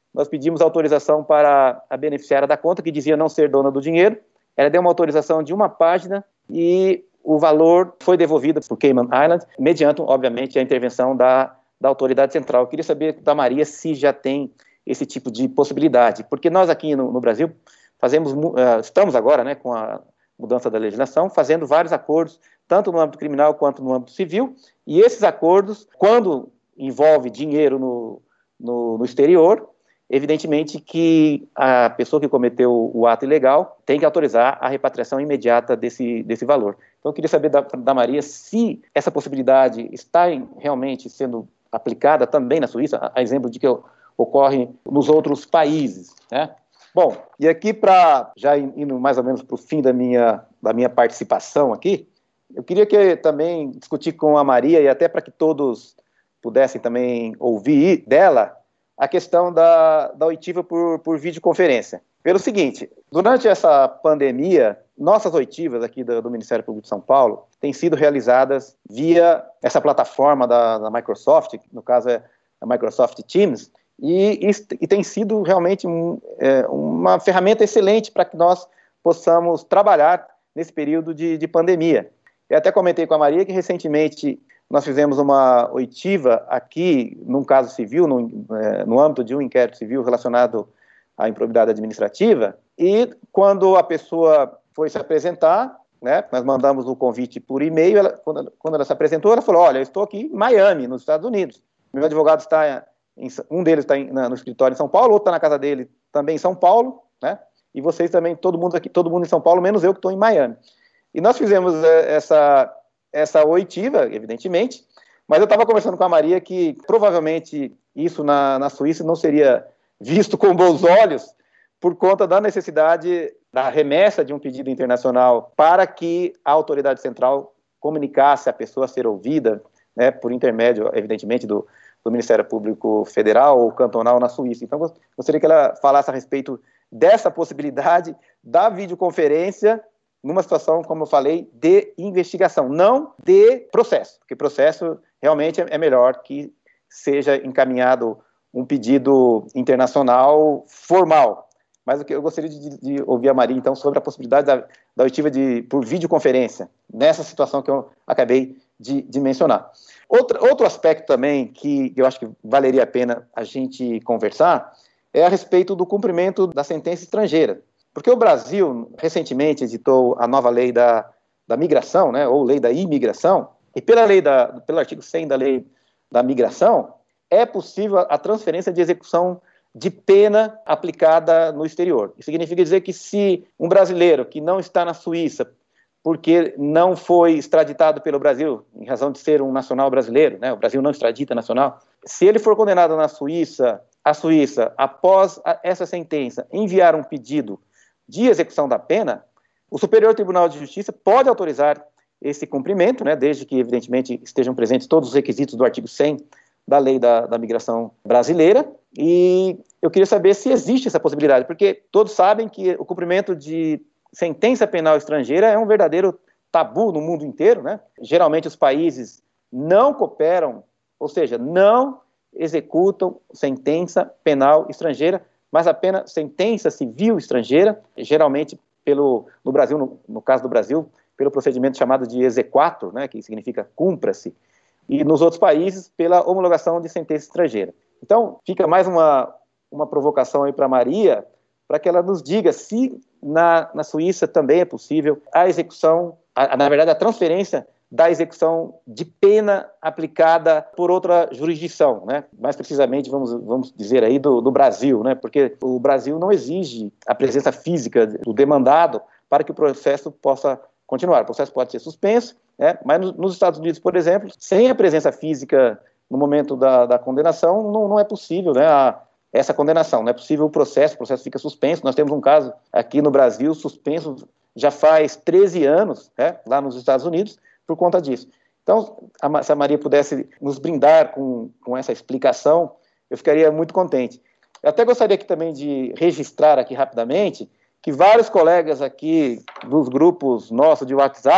nós pedimos autorização para a beneficiária da conta, que dizia não ser dona do dinheiro. Ela deu uma autorização de uma página e o valor foi devolvido para o Cayman Island, mediante, obviamente, a intervenção da autoridade central. Eu queria saber da Maria se já tem esse tipo de possibilidade, porque nós aqui no Brasil estamos agora, né, com a mudança da legislação, fazendo vários acordos, tanto no âmbito criminal quanto no âmbito civil, e esses acordos, quando envolve dinheiro no exterior, evidentemente que a pessoa que cometeu o ato ilegal tem que autorizar a repatriação imediata desse valor. Então eu queria saber da Maria se essa possibilidade está realmente sendo aplicada também na Suíça, a exemplo de que ocorre nos outros países, né? Bom, e aqui já indo mais ou menos para o fim da minha participação aqui, eu queria também discutir com a Maria, e até para que todos pudessem também ouvir dela, a questão da oitiva por videoconferência. Pelo seguinte, durante essa pandemia, nossas oitivas aqui do Ministério Público de São Paulo têm sido realizadas via essa plataforma da Microsoft, no caso é a Microsoft Teams, e tem sido realmente uma ferramenta excelente para que nós possamos trabalhar nesse período de pandemia. Eu até comentei com a Maria que recentemente nós fizemos uma oitiva aqui, num caso civil, no âmbito de um inquérito civil relacionado à improbidade administrativa, e quando a pessoa foi se apresentar, né, nós mandamos o convite por e-mail, quando ela se apresentou, ela falou: olha, eu estou aqui em Miami, nos Estados Unidos, meu advogado está, um deles está no escritório em São Paulo, outro está na casa dele também em São Paulo, né, e vocês também, todo mundo em São Paulo, menos eu que estou em Miami. E nós fizemos essa oitiva, evidentemente, mas eu estava conversando com a Maria que provavelmente isso na Suíça não seria visto com bons olhos por conta da necessidade da remessa de um pedido internacional para que a autoridade central comunicasse a pessoa a ser ouvida, né, por intermédio, evidentemente, do Ministério Público Federal ou cantonal na Suíça. Então, gostaria que ela falasse a respeito dessa possibilidade da videoconferência numa situação, como eu falei, de investigação, não de processo, porque processo realmente é melhor que seja encaminhado um pedido internacional formal. Mas eu gostaria de ouvir a Maria, então, sobre a possibilidade da oitiva por videoconferência, nessa situação que eu acabei de mencionar. Outro aspecto também que eu acho que valeria a pena a gente conversar é a respeito do cumprimento da sentença estrangeira. Porque o Brasil, recentemente, editou a nova lei da migração, né, ou lei da imigração, e pelo artigo 100 da lei da migração, é possível a transferência de execução de pena aplicada no exterior. Isso significa dizer que se um brasileiro que não está na Suíça, porque não foi extraditado pelo Brasil, em razão de ser um nacional brasileiro, né, o Brasil não extradita nacional, se ele for condenado na Suíça, a Suíça, após essa sentença, enviar um pedido de execução da pena, o Superior Tribunal de Justiça pode autorizar esse cumprimento, né, desde que, evidentemente, estejam presentes todos os requisitos do artigo 100 da lei da migração brasileira, e eu queria saber se existe essa possibilidade, porque todos sabem que o cumprimento de sentença penal estrangeira é um verdadeiro tabu no mundo inteiro, né? Geralmente os países não cooperam, ou seja, não executam sentença penal estrangeira, mas apenas sentença civil estrangeira, geralmente no Brasil, no caso do Brasil, pelo procedimento chamado de exequatur, né, que significa cumpra-se, e nos outros países pela homologação de sentença estrangeira. Então, fica mais uma provocação aí para a Maria, para que ela nos diga se na Suíça também é possível a execução, na verdade a transferência da execução de pena aplicada por outra jurisdição, né? Mais precisamente, vamos dizer aí, do Brasil, né? Porque o Brasil não exige a presença física do demandado para que o processo possa continuar. O processo pode ser suspenso, né? Mas nos Estados Unidos, por exemplo, sem a presença física no momento da condenação, não é possível, né, essa condenação, não é possível o processo fica suspenso. Nós temos um caso aqui no Brasil suspenso já faz 13 anos, né, lá nos Estados Unidos, por conta disso. Então, se a Maria pudesse nos brindar com essa explicação, eu ficaria muito contente. Eu até gostaria aqui também de registrar aqui rapidamente que vários colegas aqui dos grupos nossos de WhatsApp,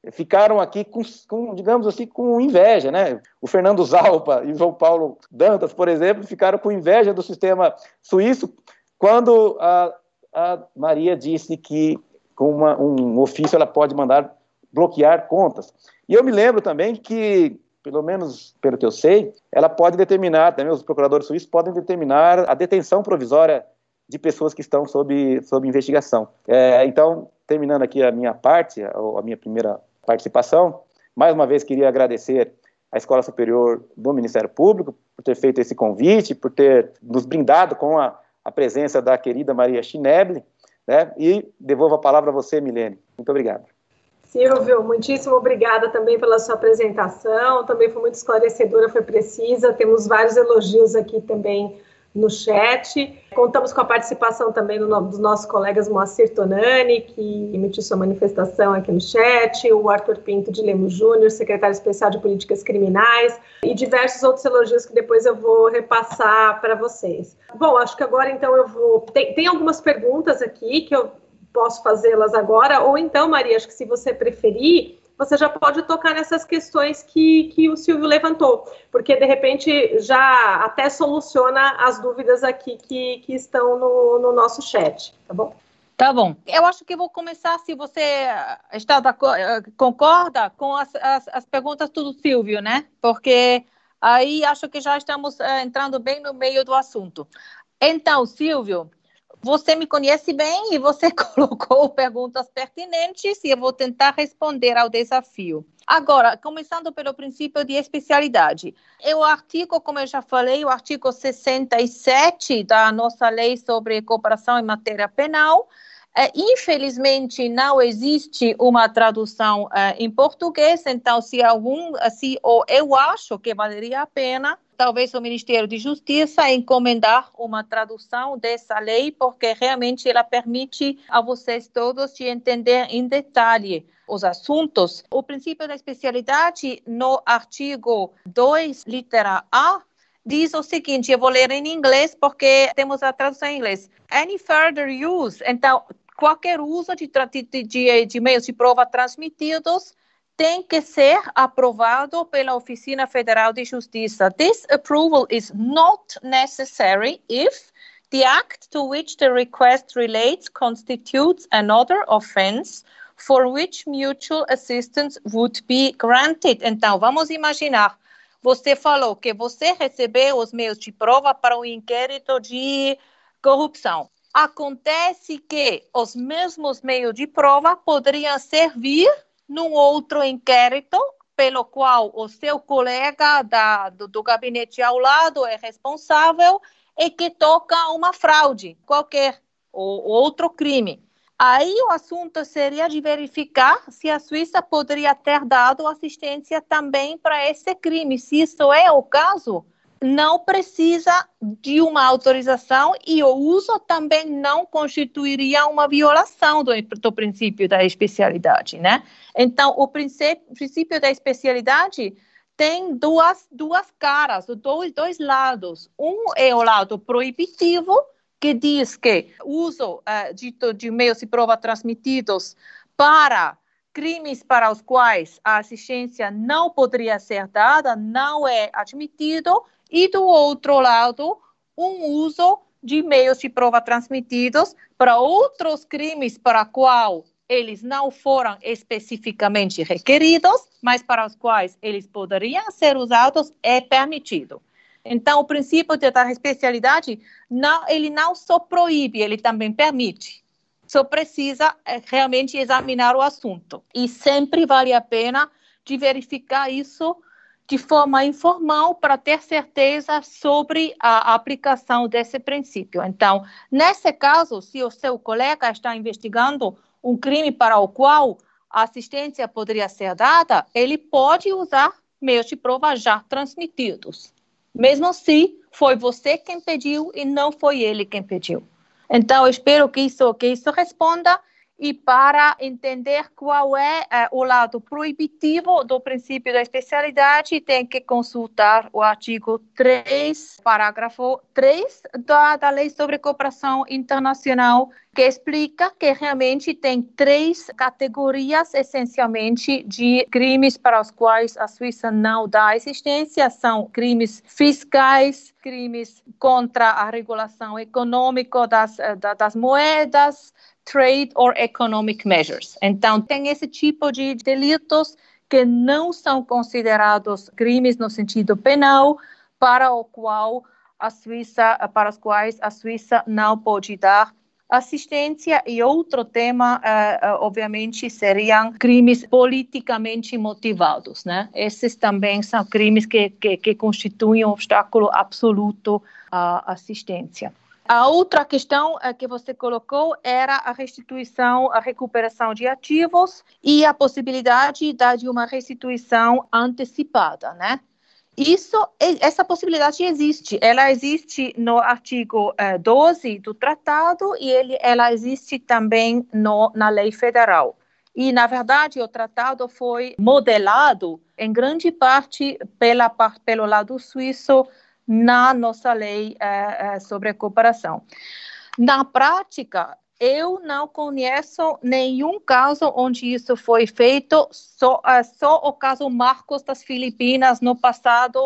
ficaram aqui digamos assim, com inveja, né? O Fernando Zalpa e o João Paulo Dantas, por exemplo, ficaram com inveja do sistema suíço quando a Maria disse que com um ofício ela pode mandar bloquear contas. E eu me lembro também que, pelo menos pelo que eu sei, ela pode determinar, também os procuradores suíços podem determinar a detenção provisória de pessoas que estão sob investigação. Então, terminando aqui a minha parte, a minha primeira participação, mais uma vez queria agradecer à Escola Superior do Ministério Público por ter feito esse convite, por ter nos brindado com a presença da querida Maria Schneble, né? E devolvo a palavra a você, Milene. Muito obrigado. Silvio, muitíssimo obrigada também pela sua apresentação, também foi muito esclarecedora, foi precisa, temos vários elogios aqui também no chat. Contamos com a participação também dos nossos colegas Moacir Tonani, que emitiu sua manifestação aqui no chat, o Arthur Pinto de Lemos Júnior, secretário especial de Políticas Criminais, e diversos outros elogios que depois eu vou repassar para vocês. Bom, acho que agora então eu vou... Tem algumas perguntas aqui que eu posso fazê-las agora, ou então, Maria, acho que se você preferir, você já pode tocar nessas questões que o Silvio levantou, porque, de repente, já até soluciona as dúvidas aqui que estão no nosso chat, tá bom? Tá bom. Eu acho que vou começar, se você concorda com as perguntas do Silvio, né? Porque aí acho que já estamos entrando bem no meio do assunto. Então, Silvio, você me conhece bem e você colocou perguntas pertinentes e eu vou tentar responder ao desafio. Agora, começando pelo princípio de especialidade. O artigo, como eu já falei, o artigo 67 da nossa lei sobre cooperação em matéria penal, infelizmente não existe uma tradução em português, então eu acho que valeria a pena talvez o Ministério de Justiça encomendar uma tradução dessa lei, porque realmente ela permite a vocês todos de entender em detalhe os assuntos. O princípio da especialidade, no artigo 2, litera A, diz o seguinte, eu vou ler em inglês porque temos a tradução em inglês. Any further use, então, qualquer uso de meios de prova transmitidos tem que ser aprovado pela Oficina Federal de Justiça. This approval is not necessary if the act to which the request relates constitutes another offense for which mutual assistance would be granted. Então, vamos imaginar, você falou que você recebeu os meios de prova para um inquérito de corrupção. Acontece que os mesmos meios de prova poderiam servir num outro inquérito pelo qual o seu colega do gabinete ao lado é responsável e que toca uma fraude qualquer, ou outro crime. Aí o assunto seria de verificar se a Suíça poderia ter dado assistência também para esse crime. Se isso é o caso, não precisa de uma autorização e o uso também não constituiria uma violação do princípio da especialidade, né? Então, o princípio da especialidade tem duas caras, dois lados. Um é o lado proibitivo, que diz que o uso de meios de prova transmitidos para crimes para os quais a assistência não poderia ser dada, não é admitido, e do outro lado, um uso de meios de prova transmitidos para outros crimes para qual eles não foram especificamente requeridos, mas para os quais eles poderiam ser usados, é permitido. Então, o princípio da especialidade, ele não só proíbe, ele também permite. Só precisa realmente examinar o assunto. E sempre vale a pena de verificar isso de forma informal para ter certeza sobre a aplicação desse princípio. Então, nesse caso, se o seu colega está investigando um crime para o qual a assistência poderia ser dada, ele pode usar meios de prova já transmitidos, mesmo se foi você quem pediu e não foi ele quem pediu. Então, eu espero que isso responda. e para entender qual é o lado proibitivo do princípio da especialidade, tem que consultar o artigo 3, parágrafo 3 da Lei sobre Cooperação Internacional, que explica que realmente tem 3 categorias, essencialmente, de crimes para os quais a Suíça não dá assistência. São crimes fiscais, crimes contra a regulação econômica das moedas, trade or economic measures. Então, tem esse tipo de delitos que não são considerados crimes no sentido penal, para os quais a Suíça não pode dar assistência. E outro tema, obviamente, seriam crimes politicamente motivados, né? Esses também são crimes que constituem um obstáculo absoluto à assistência. A outra questão que você colocou era a restituição, a recuperação de ativos e a possibilidade de uma restituição antecipada, né? Essa possibilidade existe. Ela existe no artigo 12 do tratado e ela existe também na lei federal. E, na verdade, o tratado foi modelado, em grande parte, pelo lado suíço, na nossa lei sobre a cooperação. Na prática, eu não conheço nenhum caso onde isso foi feito, só o caso Marcos das Filipinas no passado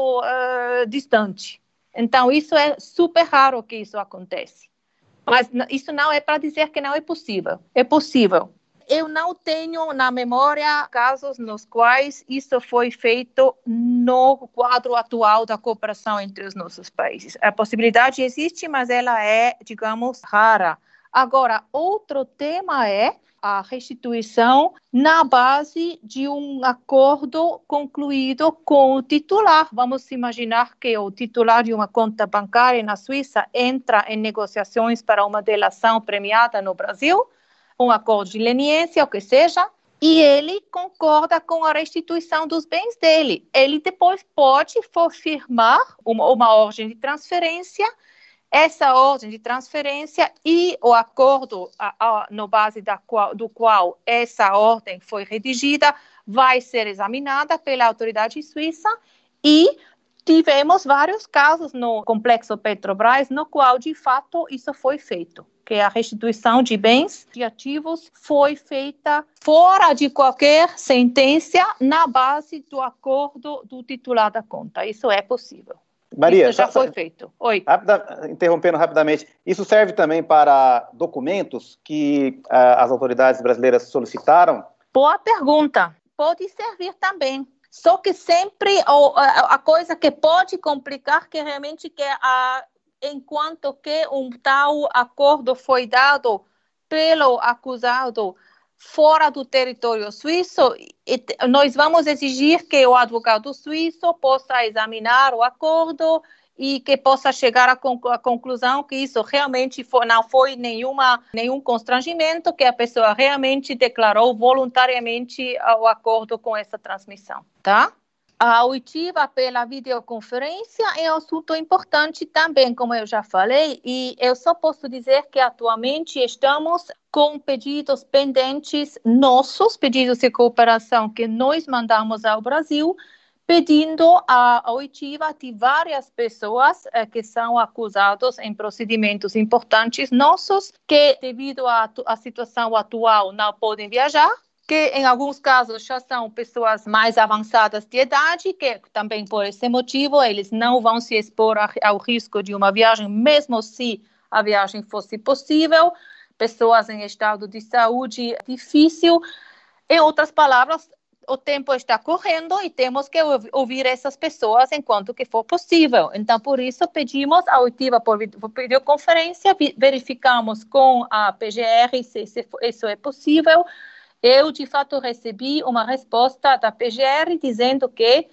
distante. Então, isso é super raro que isso acontece. Mas isso não é para dizer que não é possível. É possível. Eu não tenho na memória casos nos quais isso foi feito no quadro atual da cooperação entre os nossos países. A possibilidade existe, mas ela é, digamos, rara. Agora, outro tema é a restituição na base de um acordo concluído com o titular. Vamos imaginar que o titular de uma conta bancária na Suíça entra em negociações para uma delação premiada no Brasil, um acordo de leniência, o que seja, e ele concorda com a restituição dos bens dele. Ele depois pode firmar uma ordem de transferência. Essa ordem de transferência e o acordo no base do qual essa ordem foi redigida vai ser examinada pela autoridade suíça e tivemos vários casos no complexo Petrobras no qual, de fato, isso foi feito, que a restituição de bens, de ativos, foi feita fora de qualquer sentença na base do acordo do titular da conta. Isso é possível. Maria, isso já foi feito. Oi. Interrompendo rapidamente, isso serve também para documentos que as autoridades brasileiras solicitaram? Boa pergunta. Pode servir também. Só que sempre a coisa que pode complicar que realmente enquanto que um tal acordo foi dado pelo acusado fora do território suíço, nós vamos exigir que o advogado suíço possa examinar o acordo e que possa chegar à conclusão que isso realmente não foi nenhum constrangimento, que a pessoa realmente declarou voluntariamente o acordo com essa transmissão, tá? A oitiva pela videoconferência é um assunto importante também, como eu já falei, e eu só posso dizer que atualmente estamos com pedidos pendentes, nossos pedidos de cooperação que nós mandamos ao Brasil, pedindo a oitiva de várias pessoas que são acusados em procedimentos importantes nossos, que devido à situação atual não podem viajar, que em alguns casos já são pessoas mais avançadas de idade, que também por esse motivo eles não vão se expor ao risco de uma viagem, mesmo se a viagem fosse possível, pessoas em estado de saúde difícil. Em outras palavras, o tempo está correndo e temos que ouvir essas pessoas enquanto que for possível. Então, por isso, pedimos a oitiva por videoconferência, verificamos com a PGR se isso é possível. Eu, de fato, recebi uma resposta da PGR dizendo que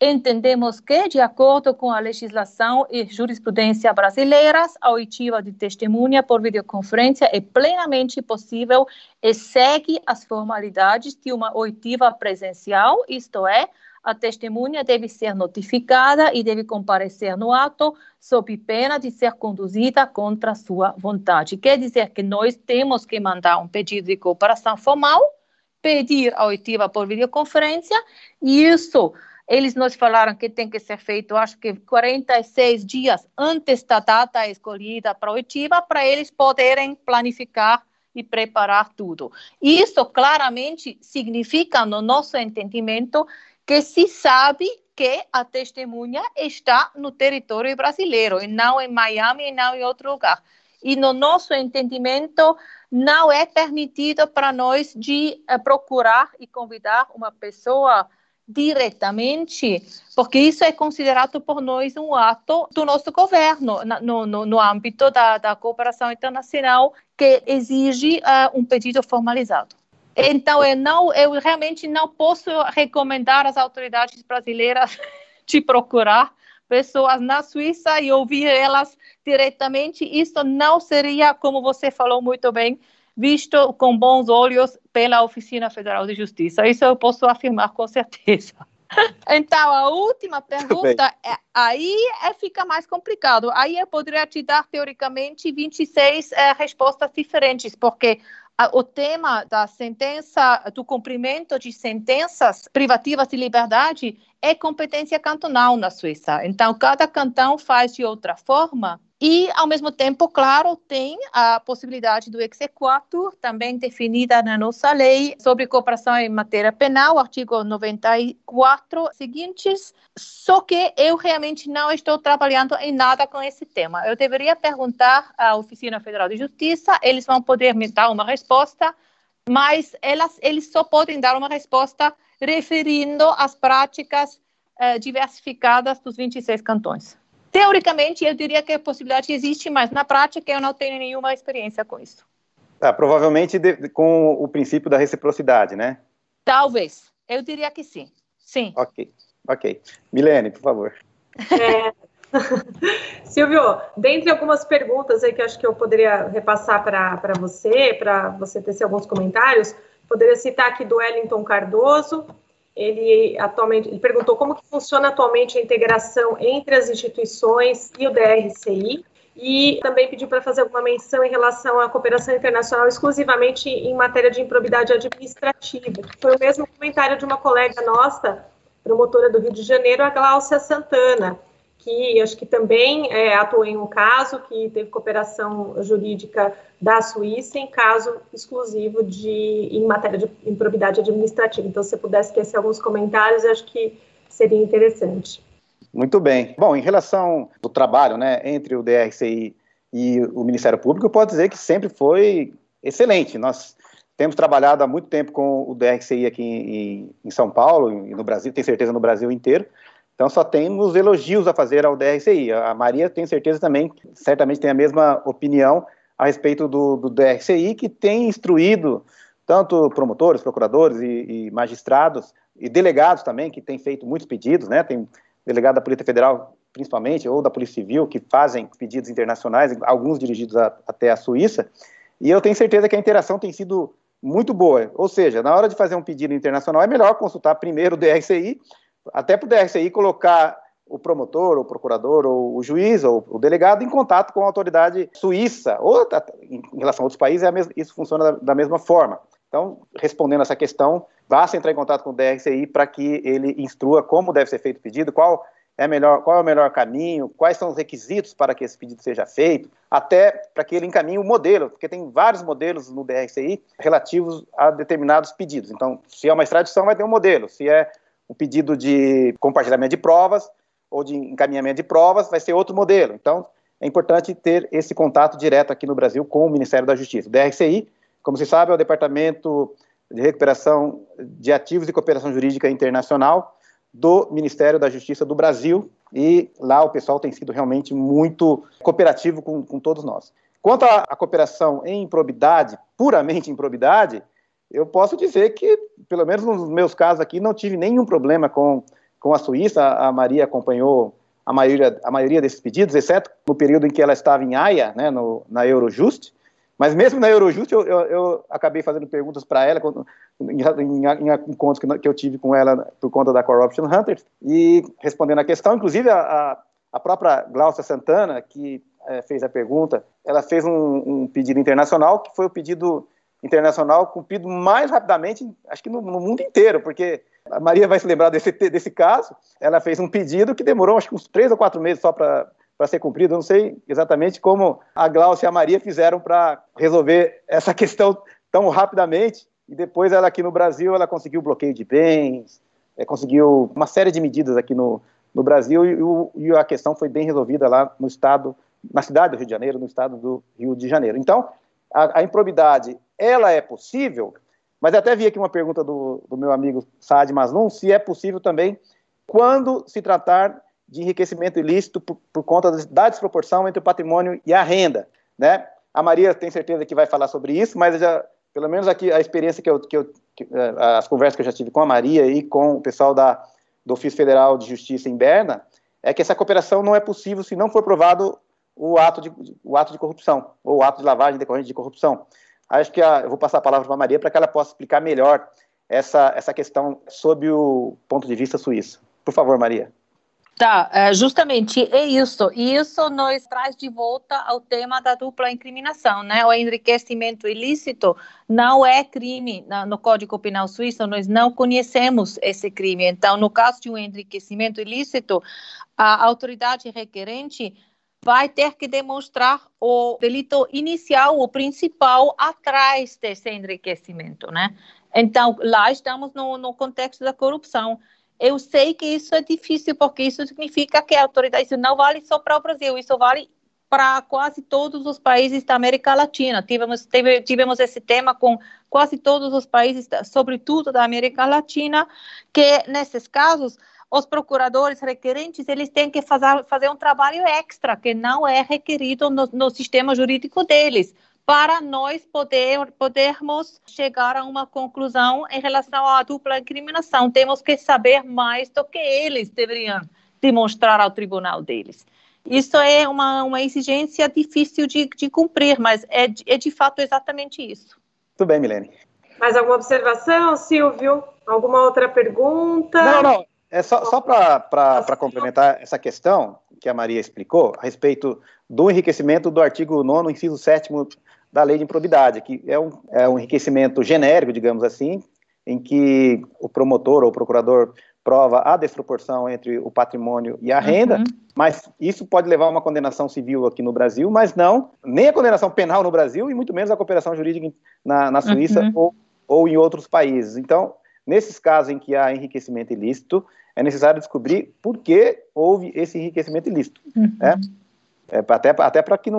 entendemos que, de acordo com a legislação e jurisprudência brasileiras, a oitiva de testemunha por videoconferência é plenamente possível e segue as formalidades de uma oitiva presencial, isto é, a testemunha deve ser notificada e deve comparecer no ato sob pena de ser conduzida contra sua vontade. Quer dizer que nós temos que mandar um pedido de cooperação formal, pedir a oitiva por videoconferência, e isso eles nos falaram que tem que ser feito, acho que 46 dias antes da data escolhida para a oitiva, para eles poderem planificar e preparar tudo. Isso claramente significa, no nosso entendimento, que se sabe que a testemunha está no território brasileiro, e não em Miami, e não em outro lugar. E no nosso entendimento, não é permitido para nós de procurar e convidar uma pessoa diretamente, porque isso é considerado por nós um ato do nosso governo, no âmbito da cooperação internacional, que exige um pedido formalizado. Então, eu realmente não posso recomendar às autoridades brasileiras de procurar pessoas na Suíça e ouvir elas diretamente. Isso não seria, como você falou muito bem, visto com bons olhos pela Oficina Federal de Justiça. Isso eu posso afirmar com certeza. Então, a última pergunta, aí fica mais complicado. Aí eu poderia te dar, teoricamente, 26 respostas diferentes, porque o tema da sentença, do cumprimento de sentenças privativas de liberdade é competência cantonal na Suíça. Então, cada cantão faz de outra forma. E, ao mesmo tempo, claro, tem a possibilidade do exequatur, também definida na nossa lei sobre cooperação em matéria penal, artigo 94 seguintes, só que eu realmente não estou trabalhando em nada com esse tema. Eu deveria perguntar à Oficina Federal de Justiça, eles vão poder me dar uma resposta, mas eles só podem dar uma resposta referindo as práticas diversificadas dos 26 cantões. Teoricamente, eu diria que a possibilidade existe, mas na prática eu não tenho nenhuma experiência com isso. Provavelmente com o princípio da reciprocidade, né? Talvez. Eu diria que sim. Sim. Ok. Milene, por favor. Silvio, dentre algumas perguntas aí que acho que eu poderia repassar para você tecer alguns comentários, poderia citar aqui do Wellington Cardoso. Ele perguntou como que funciona atualmente a integração entre as instituições e o DRCI, e também pediu para fazer alguma menção em relação à cooperação internacional exclusivamente em matéria de improbidade administrativa. Foi o mesmo comentário de uma colega nossa, promotora do Rio de Janeiro, a Gláucia Santana, que acho que também atuou em um caso que teve cooperação jurídica da Suíça em caso exclusivo em matéria de improbidade administrativa. Então, se você pudesse esquecer alguns comentários, acho que seria interessante. Muito bem. Bom, em relação ao trabalho, né, entre o DRCI e o Ministério Público, eu posso dizer que sempre foi excelente. Nós temos trabalhado há muito tempo com o DRCI aqui em São Paulo e no Brasil, tenho certeza no Brasil inteiro. Então, só temos elogios a fazer ao DRCI. A Maria, tenho certeza também, certamente tem a mesma opinião a respeito do DRCI, que tem instruído tanto promotores, procuradores e magistrados, e delegados também, que têm feito muitos pedidos, né? Tem delegado da Polícia Federal, principalmente, ou da Polícia Civil, que fazem pedidos internacionais, alguns dirigidos até a Suíça, e eu tenho certeza que a interação tem sido muito boa. Ou seja, na hora de fazer um pedido internacional, é melhor consultar primeiro o DRCI, até para o DRCI colocar o promotor, o procurador, ou o juiz, ou o delegado em contato com a autoridade suíça, ou em relação a outros países, isso funciona da mesma forma. Então, respondendo essa questão, basta entrar em contato com o DRCI para que ele instrua como deve ser feito o pedido, qual é o melhor caminho, quais são os requisitos para que esse pedido seja feito, até para que ele encaminhe o modelo, porque tem vários modelos no DRCI relativos a determinados pedidos. Então, se é uma extradição, vai ter um modelo, se é um pedido de compartilhamento de provas ou de encaminhamento de provas, vai ser outro modelo. Então, é importante ter esse contato direto aqui no Brasil com o Ministério da Justiça. O DRCI, como se sabe, é o Departamento de Recuperação de Ativos e Cooperação Jurídica Internacional do Ministério da Justiça do Brasil, e lá o pessoal tem sido realmente muito cooperativo com todos nós. Quanto à cooperação em improbidade, puramente improbidade, eu posso dizer que, pelo menos nos meus casos aqui, não tive nenhum problema com com a Suíça. A Maria acompanhou a maioria desses pedidos, exceto no período em que ela estava em Haia, né, na Eurojust. Mas mesmo na Eurojust, eu acabei fazendo perguntas para ela em encontros que eu tive com ela por conta da Corruption Hunters, e respondendo a questão, inclusive a própria Glaucia Santana, que fez a pergunta, ela fez um pedido internacional, que foi o pedido internacional cumprido mais rapidamente, acho que no mundo inteiro, porque a Maria vai se lembrar desse caso. Ela fez um pedido que demorou acho que uns 3 ou 4 meses só para ser cumprido. Eu não sei exatamente como a Glaucia e a Maria fizeram para resolver essa questão tão rapidamente, e depois ela aqui no Brasil, ela conseguiu bloqueio de bens, conseguiu uma série de medidas aqui no Brasil, e a questão foi bem resolvida lá no estado, na cidade do Rio de Janeiro, no estado do Rio de Janeiro. Então, a improbidade, ela é possível, mas até vi aqui uma pergunta do meu amigo Saad Maslum, se é possível também quando se tratar de enriquecimento ilícito por conta da desproporção entre o patrimônio e a renda, né? A Maria tem certeza que vai falar sobre isso, mas pelo menos aqui a experiência as conversas que eu já tive com a Maria e com o pessoal do Ofício Federal de Justiça em Berna, é que essa cooperação não é possível se não for provado o ato de corrupção, ou o ato de lavagem decorrente de corrupção. Acho que eu vou passar a palavra para a Maria para que ela possa explicar melhor essa questão sob o ponto de vista suíço. Por favor, Maria. Tá, justamente é isso. E isso nos traz de volta ao tema da dupla incriminação, né? O enriquecimento ilícito não é crime no Código Penal suíço, nós não conhecemos esse crime. Então, no caso de um enriquecimento ilícito, a autoridade requerente vai ter que demonstrar o delito inicial, o principal, atrás desse enriquecimento, né? Então, lá estamos no contexto da corrupção. Eu sei que isso é difícil, porque isso significa que a autoridade, isso não vale só para o Brasil, isso vale para quase todos os países da América Latina. Tivemos esse tema com quase todos os países, sobretudo da América Latina, que nesses casos, os procuradores requerentes, eles têm que fazer um trabalho extra, que não é requerido no sistema jurídico deles, para nós podermos chegar a uma conclusão em relação à dupla incriminação. Temos que saber mais do que eles deveriam demonstrar ao tribunal deles. Isso é uma exigência difícil de cumprir, mas é de fato exatamente isso. Tudo bem, Milene. Mais alguma observação, Silvio? Alguma outra pergunta? Não. É só para complementar essa questão que a Maria explicou, a respeito do enriquecimento do artigo 9º, inciso 7º da Lei de Improbidade, que é um enriquecimento genérico, digamos assim, em que o promotor ou o procurador prova a desproporção entre o patrimônio e a renda, mas isso pode levar a uma condenação civil aqui no Brasil, mas não, nem a condenação penal no Brasil e muito menos a cooperação jurídica na Suíça ou em outros países. Então, nesses casos em que há enriquecimento ilícito, é necessário descobrir por que houve esse enriquecimento ilícito. Né? Até para que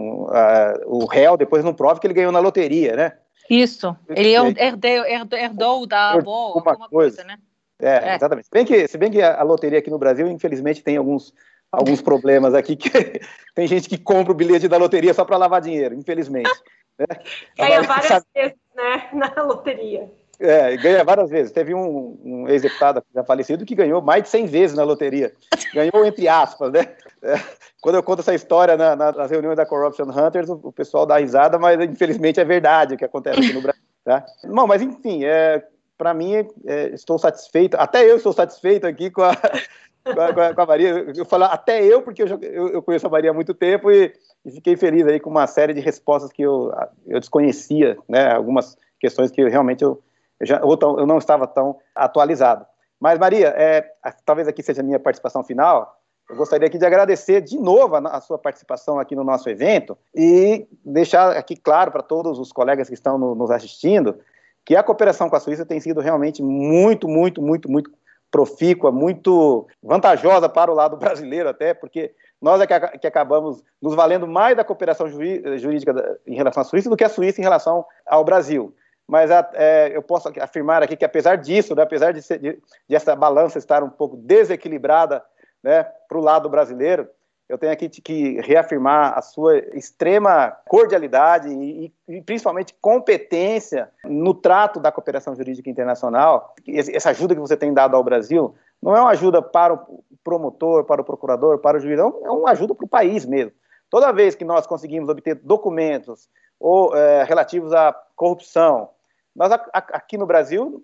o réu depois não prove que ele ganhou na loteria, né? Isso, ele herdou da avó, alguma coisa, né? Exatamente. Se bem que a loteria aqui no Brasil, infelizmente, tem alguns problemas aqui, que tem gente que compra o bilhete da loteria só para lavar dinheiro, infelizmente. Né? Ganha várias vezes, né, na loteria. Ganha várias vezes. Teve um ex-deputado já falecido que ganhou mais de 100 vezes na loteria. Ganhou entre aspas, né? Quando eu conto essa história nas reuniões da Corruption Hunters, o pessoal dá risada, mas infelizmente é verdade o que acontece aqui no Brasil. Tá? Bom, mas enfim, para mim, estou satisfeito, até eu estou satisfeito aqui com a Maria. Eu falo até eu, porque eu conheço a Maria há muito tempo e fiquei feliz aí com uma série de respostas que eu desconhecia, né? Algumas questões que realmente eu não estava tão atualizado. Mas, Maria, talvez aqui seja a minha participação final. Eu gostaria aqui de agradecer de novo a sua participação aqui no nosso evento e deixar aqui claro para todos os colegas que estão nos assistindo que a cooperação com a Suíça tem sido realmente muito, muito, muito, muito profícua, muito vantajosa para o lado brasileiro até, porque nós que acabamos nos valendo mais da cooperação jurídica em relação à Suíça do que a Suíça em relação ao Brasil. Mas eu posso afirmar aqui que, apesar disso, né, apesar de essa balança estar um pouco desequilibrada, né, para o lado brasileiro, eu tenho aqui que reafirmar a sua extrema cordialidade e principalmente competência no trato da cooperação jurídica internacional, essa ajuda que você tem dado ao Brasil não é uma ajuda para o promotor, para o procurador, para o juiz, é uma ajuda para o país mesmo. Toda vez que nós conseguimos obter documentos ou relativos à corrupção, nós aqui no Brasil,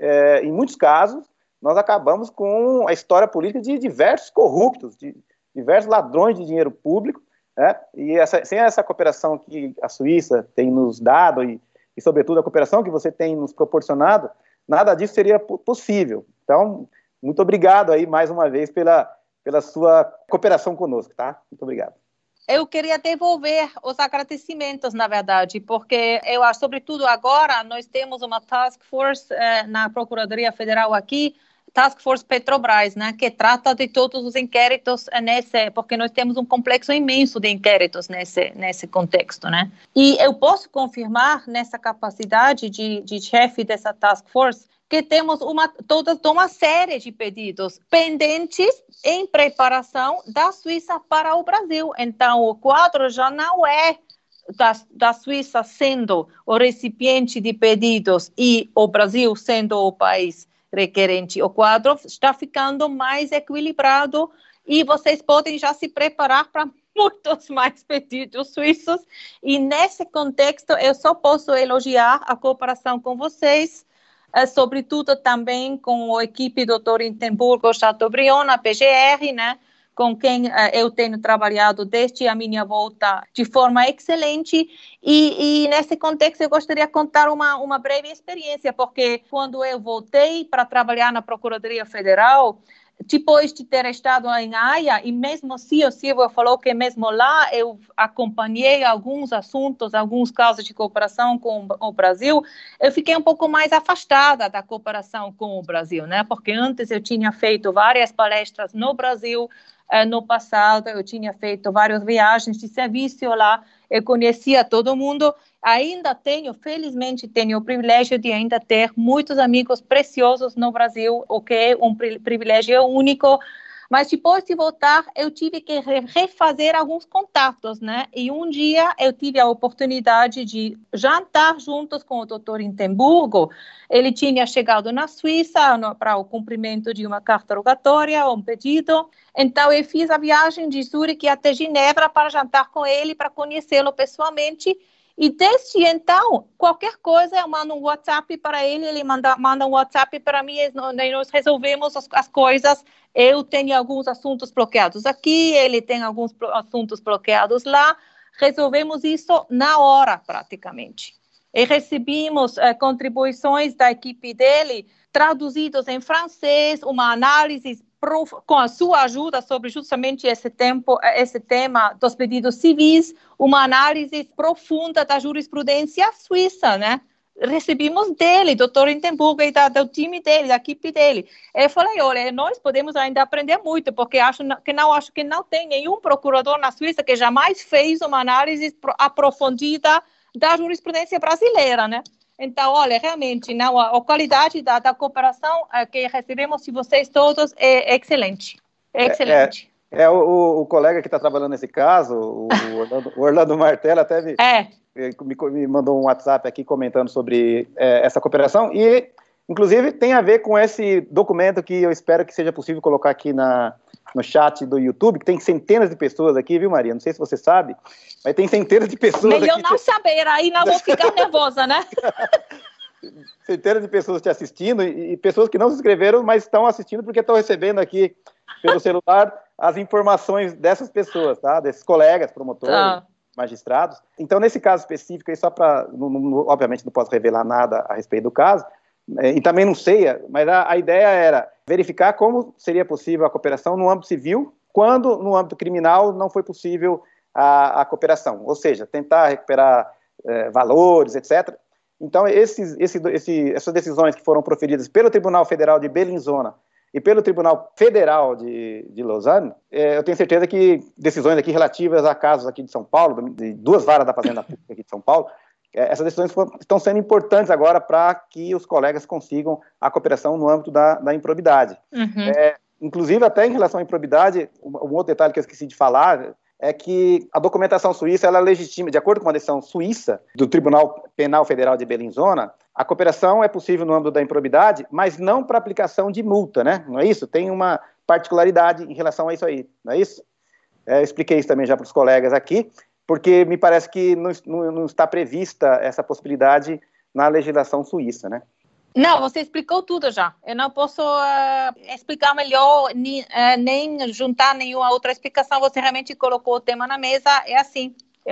em muitos casos, nós acabamos com a história política de diversos corruptos, de diversos ladrões de dinheiro público, né? E sem essa cooperação que a Suíça tem nos dado e, sobretudo, a cooperação que você tem nos proporcionado, nada disso seria possível. Então, muito obrigado aí mais uma vez pela sua cooperação conosco, tá? Muito obrigado. Eu queria devolver os agradecimentos, na verdade, porque eu acho, sobretudo agora, nós temos uma task force na Procuradoria Federal aqui, Task Force Petrobras, né, que trata de todos os inquéritos porque nós temos um complexo imenso de inquéritos nesse contexto, né? E eu posso confirmar nessa capacidade de chefe dessa Task Force que temos toda uma série de pedidos pendentes em preparação da Suíça para o Brasil. Então, o quadro já não é da Suíça sendo o recipiente de pedidos e o Brasil sendo o país requerente. O quadro está ficando mais equilibrado e vocês podem já se preparar para muitos mais pedidos suíços. E nesse contexto, eu só posso elogiar a cooperação com vocês, sobretudo também com a equipe do Dr. Hindenburgo Chateaubriand, a PGR, né, com quem eu tenho trabalhado desde a minha volta de forma excelente. E nesse contexto eu gostaria de contar uma breve experiência, porque quando eu voltei para trabalhar na Procuradoria Federal, depois de ter estado em Haia, e mesmo assim o Silvio falou que mesmo lá eu acompanhei alguns assuntos, alguns casos de cooperação com o Brasil, eu fiquei um pouco mais afastada da cooperação com o Brasil, né? Porque antes eu tinha feito várias palestras no Brasil, no passado eu tinha feito várias viagens de serviço lá, eu conhecia todo mundo, felizmente tenho o privilégio de ainda ter muitos amigos preciosos no Brasil, o que é um privilégio único, mas depois de voltar eu tive que refazer alguns contatos, né? E um dia eu tive a oportunidade de jantar juntos com o Dr. Hindenburgo. Ele tinha chegado na Suíça para o cumprimento de uma carta rogatória, um pedido. Então eu fiz a viagem de Zurique até Genebra para jantar com ele, para conhecê-lo pessoalmente. E desde então, qualquer coisa, eu mando um WhatsApp para ele manda um WhatsApp para mim, e nós resolvemos as coisas. Eu tenho alguns assuntos bloqueados aqui, ele tem alguns assuntos bloqueados lá. Resolvemos isso na hora, praticamente. E recebemos contribuições da equipe dele, traduzidos em francês, uma análise com a sua ajuda sobre justamente esse tema dos pedidos civis, uma análise profunda da jurisprudência suíça, né? Recebemos dele, Dr. Hindenburgo, e do time dele, da equipe dele. Eu falei, olha, nós podemos ainda aprender muito, porque acho que não tem nenhum procurador na Suíça que jamais fez uma análise aprofundada da jurisprudência brasileira, né? Então, olha, realmente, a qualidade da cooperação que recebemos de vocês todos é excelente. É excelente. O colega que está trabalhando nesse caso, o Orlando Martella, até me mandou um WhatsApp aqui comentando sobre essa cooperação e, inclusive, tem a ver com esse documento que eu espero que seja possível colocar aqui no chat do YouTube, que tem centenas de pessoas aqui, viu, Maria? Não sei se você sabe, mas tem centenas de pessoas Melhor não saber, aí não vou ficar nervosa, né? Centenas de pessoas te assistindo e pessoas que não se inscreveram, mas estão assistindo porque estão recebendo aqui pelo celular as informações dessas pessoas, tá? Desses colegas, promotores, magistrados. Então, nesse caso específico, aí só para, obviamente não posso revelar nada a respeito do caso, e também não sei, mas a ideia era verificar como seria possível a cooperação no âmbito civil, quando no âmbito criminal não foi possível a cooperação, ou seja, tentar recuperar valores, etc. Então, essas decisões que foram proferidas pelo Tribunal Federal de Bellinzona e pelo Tribunal Federal de Lausanne, eu tenho certeza que decisões aqui relativas a casos aqui de São Paulo, de duas varas da Fazenda Pública aqui de São Paulo, essas decisões estão sendo importantes agora para que os colegas consigam a cooperação no âmbito da improbidade. Uhum. Inclusive, até em relação à improbidade, um outro detalhe que eu esqueci de falar é que a documentação suíça, ela legitima, de acordo com a decisão suíça do Tribunal Penal Federal de Bellinzona, a cooperação é possível no âmbito da improbidade, mas não para aplicação de multa, né? Não é isso? Tem uma particularidade em relação a isso aí, não é isso? Eu expliquei isso também já para os colegas aqui, porque me parece que não está prevista essa possibilidade na legislação suíça, né? Não, você explicou tudo já. Eu não posso explicar melhor, nem juntar nenhuma outra explicação. Você realmente colocou o tema na mesa. É assim.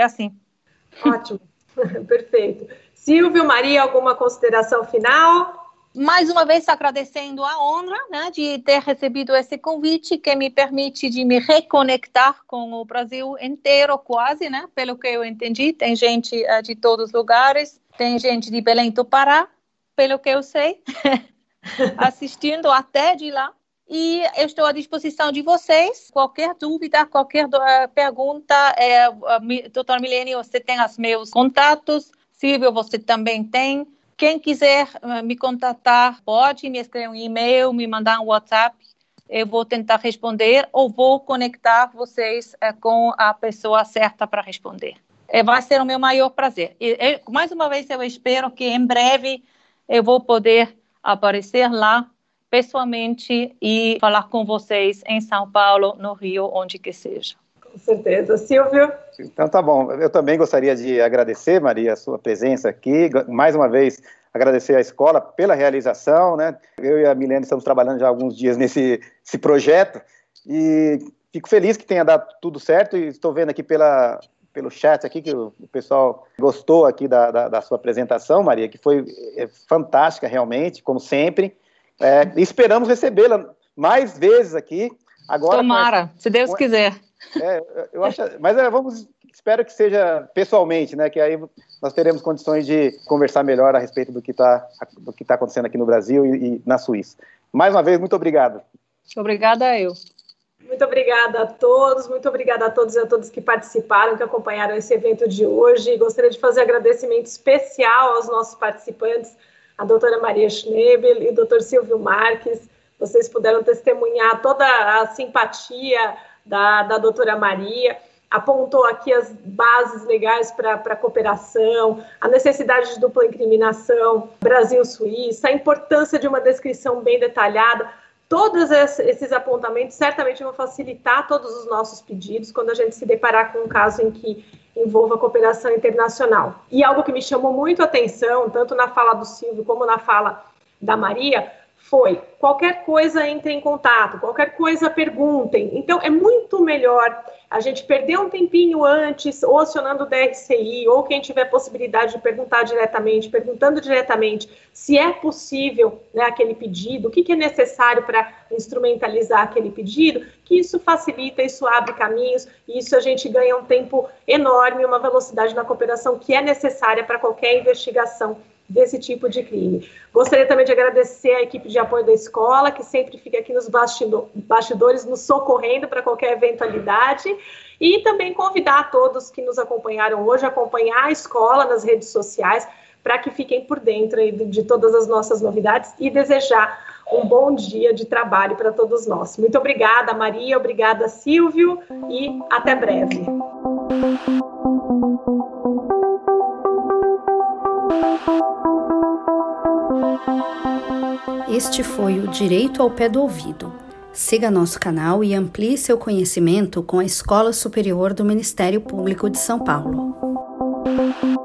Ótimo. Perfeito. Silvio, Maria, alguma consideração final? Mais uma vez agradecendo a honra, né, de ter recebido esse convite que me permite de me reconectar com o Brasil inteiro quase, né, pelo que eu entendi. Tem gente de todos os lugares, tem gente de Belém do Pará, pelo que eu sei, assistindo até de lá. E eu estou à disposição de vocês. Qualquer dúvida, qualquer pergunta, doutora Milene, você tem os meus contatos. Silvio, você também tem. Quem quiser me contatar, pode me escrever um e-mail, me mandar um WhatsApp. Eu vou tentar responder ou vou conectar vocês com a pessoa certa para responder. Vai ser o meu maior prazer. Mais uma vez, eu espero que em breve eu vou poder aparecer lá pessoalmente e falar com vocês em São Paulo, no Rio, onde que seja. Com certeza. Silvio? Então tá bom. Eu também gostaria de agradecer, Maria, a sua presença aqui. Mais uma vez, agradecer à escola pela realização, né? Eu e a Milene estamos trabalhando já há alguns dias nesse projeto e fico feliz que tenha dado tudo certo e estou vendo aqui pelo chat aqui que o pessoal gostou aqui da sua apresentação, Maria, que foi fantástica realmente, como sempre. Esperamos recebê-la mais vezes aqui. Agora, tomara, se Deus quiser. Eu acho, mas espero que seja pessoalmente, né? Que aí nós teremos condições de conversar melhor a respeito do que tá acontecendo aqui no Brasil e na Suíça. Mais uma vez, muito obrigado. Obrigada eu. Muito obrigada a todos, muito obrigada a todos e a todas que participaram, que acompanharam esse evento de hoje. Gostaria de fazer agradecimento especial aos nossos participantes, a doutora Maria Schnebel e o doutor Silvio Marques. Vocês puderam testemunhar toda a simpatia da doutora Maria, apontou aqui as bases legais para a cooperação, a necessidade de dupla incriminação Brasil-Suíça, a importância de uma descrição bem detalhada. Todos esses apontamentos certamente vão facilitar todos os nossos pedidos quando a gente se deparar com um caso em que envolva cooperação internacional. E algo que me chamou muito a atenção, tanto na fala do Silvio como na fala da Maria, foi qualquer coisa entre em contato, qualquer coisa perguntem. Então, é muito melhor a gente perder um tempinho antes, ou acionando o DRCI, ou quem tiver possibilidade de perguntar diretamente, perguntando diretamente se é possível, né, aquele pedido, o que é necessário para instrumentalizar aquele pedido, que isso facilita, isso abre caminhos, e isso a gente ganha um tempo enorme, uma velocidade na cooperação que é necessária para qualquer investigação desse tipo de crime. Gostaria também de agradecer a equipe de apoio da escola, que sempre fica aqui nos bastidores, nos socorrendo para qualquer eventualidade, e também convidar a todos que nos acompanharam hoje a acompanhar a escola nas redes sociais, para que fiquem por dentro aí de todas as nossas novidades e desejar um bom dia de trabalho para todos nós. Muito obrigada, Maria, obrigada, Silvio, e até breve. Este foi o Direito ao Pé do Ouvido. Siga nosso canal e amplie seu conhecimento com a Escola Superior do Ministério Público de São Paulo.